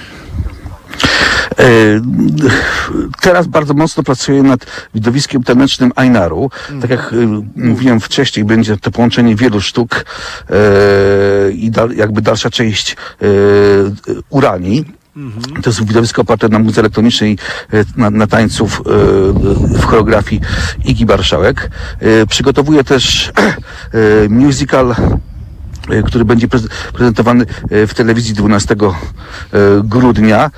Teraz bardzo mocno pracuję nad widowiskiem tanecznym Ainaru. Mm. Tak jak y, mówiłem wcześniej, będzie to połączenie wielu sztuk y, i da, jakby dalsza część y, Uranii. Mm-hmm. To jest widowisko oparte na muzyce elektronicznej, na, na tańców y, w choreografii Igi Barszałek. Y, przygotowuję też y, musical, który będzie prezentowany w telewizji dwunastego grudnia.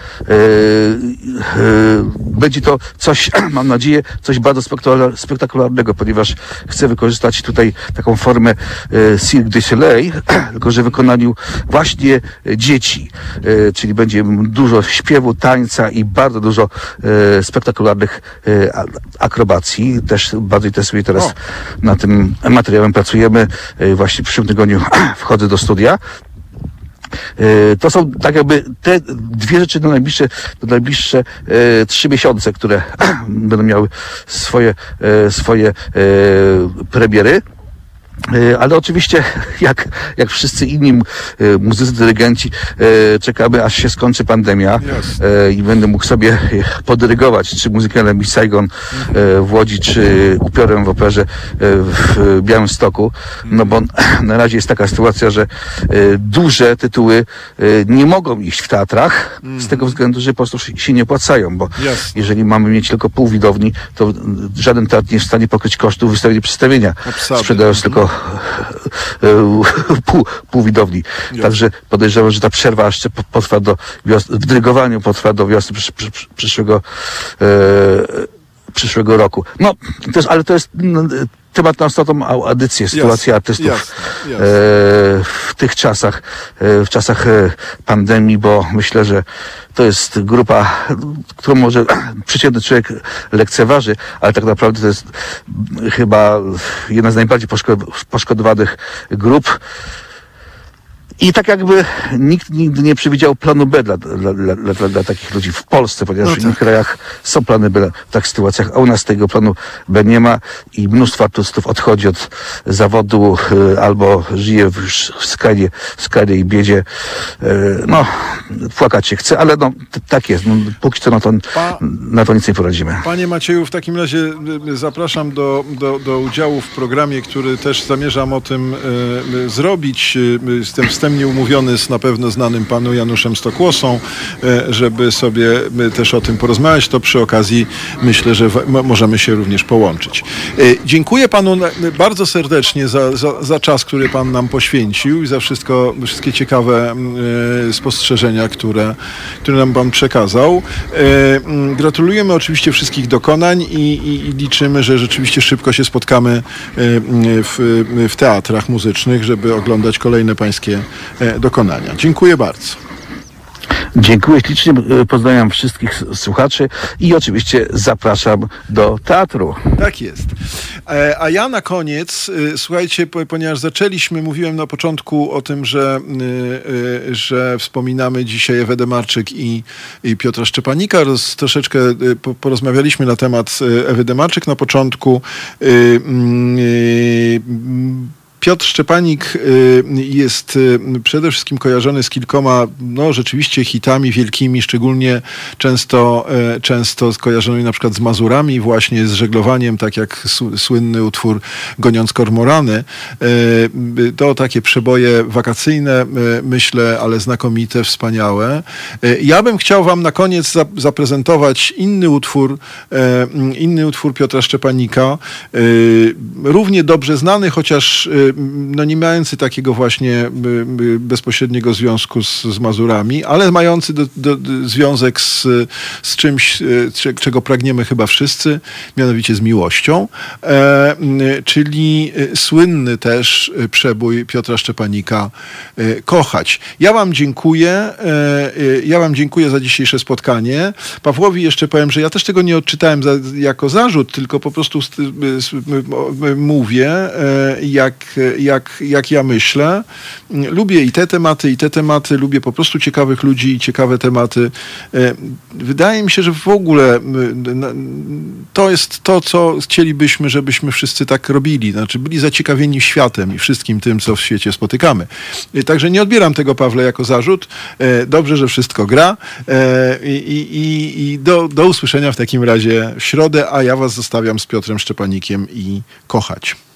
Będzie to coś, mam nadzieję, coś bardzo spektakularnego, ponieważ chcę wykorzystać tutaj taką formę Cirque du Soleil, tylko że w wykonaniu właśnie dzieci. Czyli będzie dużo śpiewu, tańca i bardzo dużo spektakularnych akrobacji. Też bardzo interesuje teraz o. nad tym materiałem pracujemy. Właśnie w przyszłym tygodniu wchodzę do studia. To są tak jakby te dwie rzeczy na najbliższe, na najbliższe e, trzy miesiące, które będą miały swoje, e, swoje e, premiery. Ale oczywiście, jak, jak wszyscy inni muzycy, dyrygenci, czekamy, aż się skończy pandemia. Jasne. I będę mógł sobie podyrygować, czy muzykalem Miss Saigon w Łodzi, czy upiorem w operze w Białymstoku. No bo na razie jest taka sytuacja, że duże tytuły nie mogą iść w teatrach, z tego względu, że po prostu się nie opłacają, bo Jasne. jeżeli mamy mieć tylko pół widowni, to żaden teatr nie jest w stanie pokryć kosztów wystawienia przedstawienia. Sprzedając tylko pół, pół widowni. Jasne. Także podejrzewam, że ta przerwa jeszcze po- potrwa do wiosny, w dyrygowaniu potrwa do wiosny przysz, przy, przy, przyszłego, e, przyszłego roku. No, to jest, ale to jest no, temat na ostatnią audycję, sytuacja artystów jasne, jasne. E, w tych czasach, e, w czasach e, pandemii, bo myślę, że to jest grupa, którą może przeciętny człowiek lekceważy, ale tak naprawdę to jest chyba jedna z najbardziej poszko- poszkodowanych grup. I tak jakby nikt nigdy nie przewidział planu B dla, dla, dla, dla, dla takich ludzi w Polsce, ponieważ No w innych tak. krajach są plany B w takich sytuacjach, a u nas tego planu B nie ma i mnóstwo artystów odchodzi od zawodu y, albo żyje w, już w skrajnie, w skrajnej biedzie. Y, no, płakać się chce, ale no, t- tak jest. No, póki co na to, Pa- na to nic nie poradzimy. Panie Macieju, w takim razie y, y, zapraszam do, do, do udziału w programie, który też zamierzam o tym y, y, zrobić. Y, Jestem wstępnie umówiony z na pewno znanym panu Januszem Stokłosą, y, żeby sobie y, też o tym porozmawiać. To przy okazji myślę, że w, mo- możemy się również połączyć. Y, Dziękuję panu na- bardzo serdecznie za, za, za czas, który pan nam poświęcił i za wszystko, wszystkie ciekawe y, spostrzeżenia, które, które nam pan przekazał. Y, mm, Gratulujemy oczywiście wszystkich dokonań i, i, i liczymy, że rzeczywiście szybko się spotkamy y, w, w teatrach muzycznych, żeby oglądać kolejne pańskie y, dokonania. Dziękuję bardzo. Dziękuję ślicznie, y, pozdrawiam wszystkich s- słuchaczy i oczywiście zapraszam do teatru. Tak jest. E, A ja na koniec, y, słuchajcie, po- ponieważ zaczęliśmy, mówiłem na początku o tym, że, y, y, że wspominamy dzisiaj Ewę Demarczyk i, i Piotra Szczepanika. Roz, troszeczkę y, po, porozmawialiśmy na temat y, Ewy Demarczyk na początku. Y, mm, y, mm, Piotr Szczepanik y, jest y, przede wszystkim kojarzony z kilkoma, no rzeczywiście hitami wielkimi, szczególnie często, y, często skojarzonymi na przykład z Mazurami, właśnie z żeglowaniem, tak jak su- słynny utwór Goniąc Kormorany. Y, y, To takie przeboje wakacyjne, y, myślę, ale znakomite, wspaniałe. Y, Ja bym chciał wam na koniec za- zaprezentować inny utwór, y, inny utwór Piotra Szczepanika, y, równie dobrze znany, chociaż y, no nie mający takiego właśnie y, y, bezpośredniego związku z, z Mazurami, ale mający do, do, do związek z, z czymś, y, cze- czego pragniemy chyba wszyscy, mianowicie z miłością, e, y, czyli y, słynny też y, przebój Piotra Szczepanika y, Kochać. Ja wam dziękuję, e, y, ja wam dziękuję za dzisiejsze spotkanie. Pawłowi jeszcze powiem, że ja też tego nie odczytałem za, jako zarzut, tylko po prostu st- y, s- y, y, mówię, e, jak Jak, jak ja myślę. Lubię i te tematy, i te tematy. Lubię po prostu ciekawych ludzi i ciekawe tematy. E, Wydaje mi się, że w ogóle m, na- to jest to, co chcielibyśmy, żebyśmy wszyscy tak robili. Znaczy byli zaciekawieni światem i wszystkim tym, co w świecie spotykamy. E, Także nie odbieram tego, Pawle, jako zarzut. E, Dobrze, że wszystko gra. E, I, i, i do, do usłyszenia w takim razie w środę, a ja was zostawiam z Piotrem Szczepanikiem i Kochać.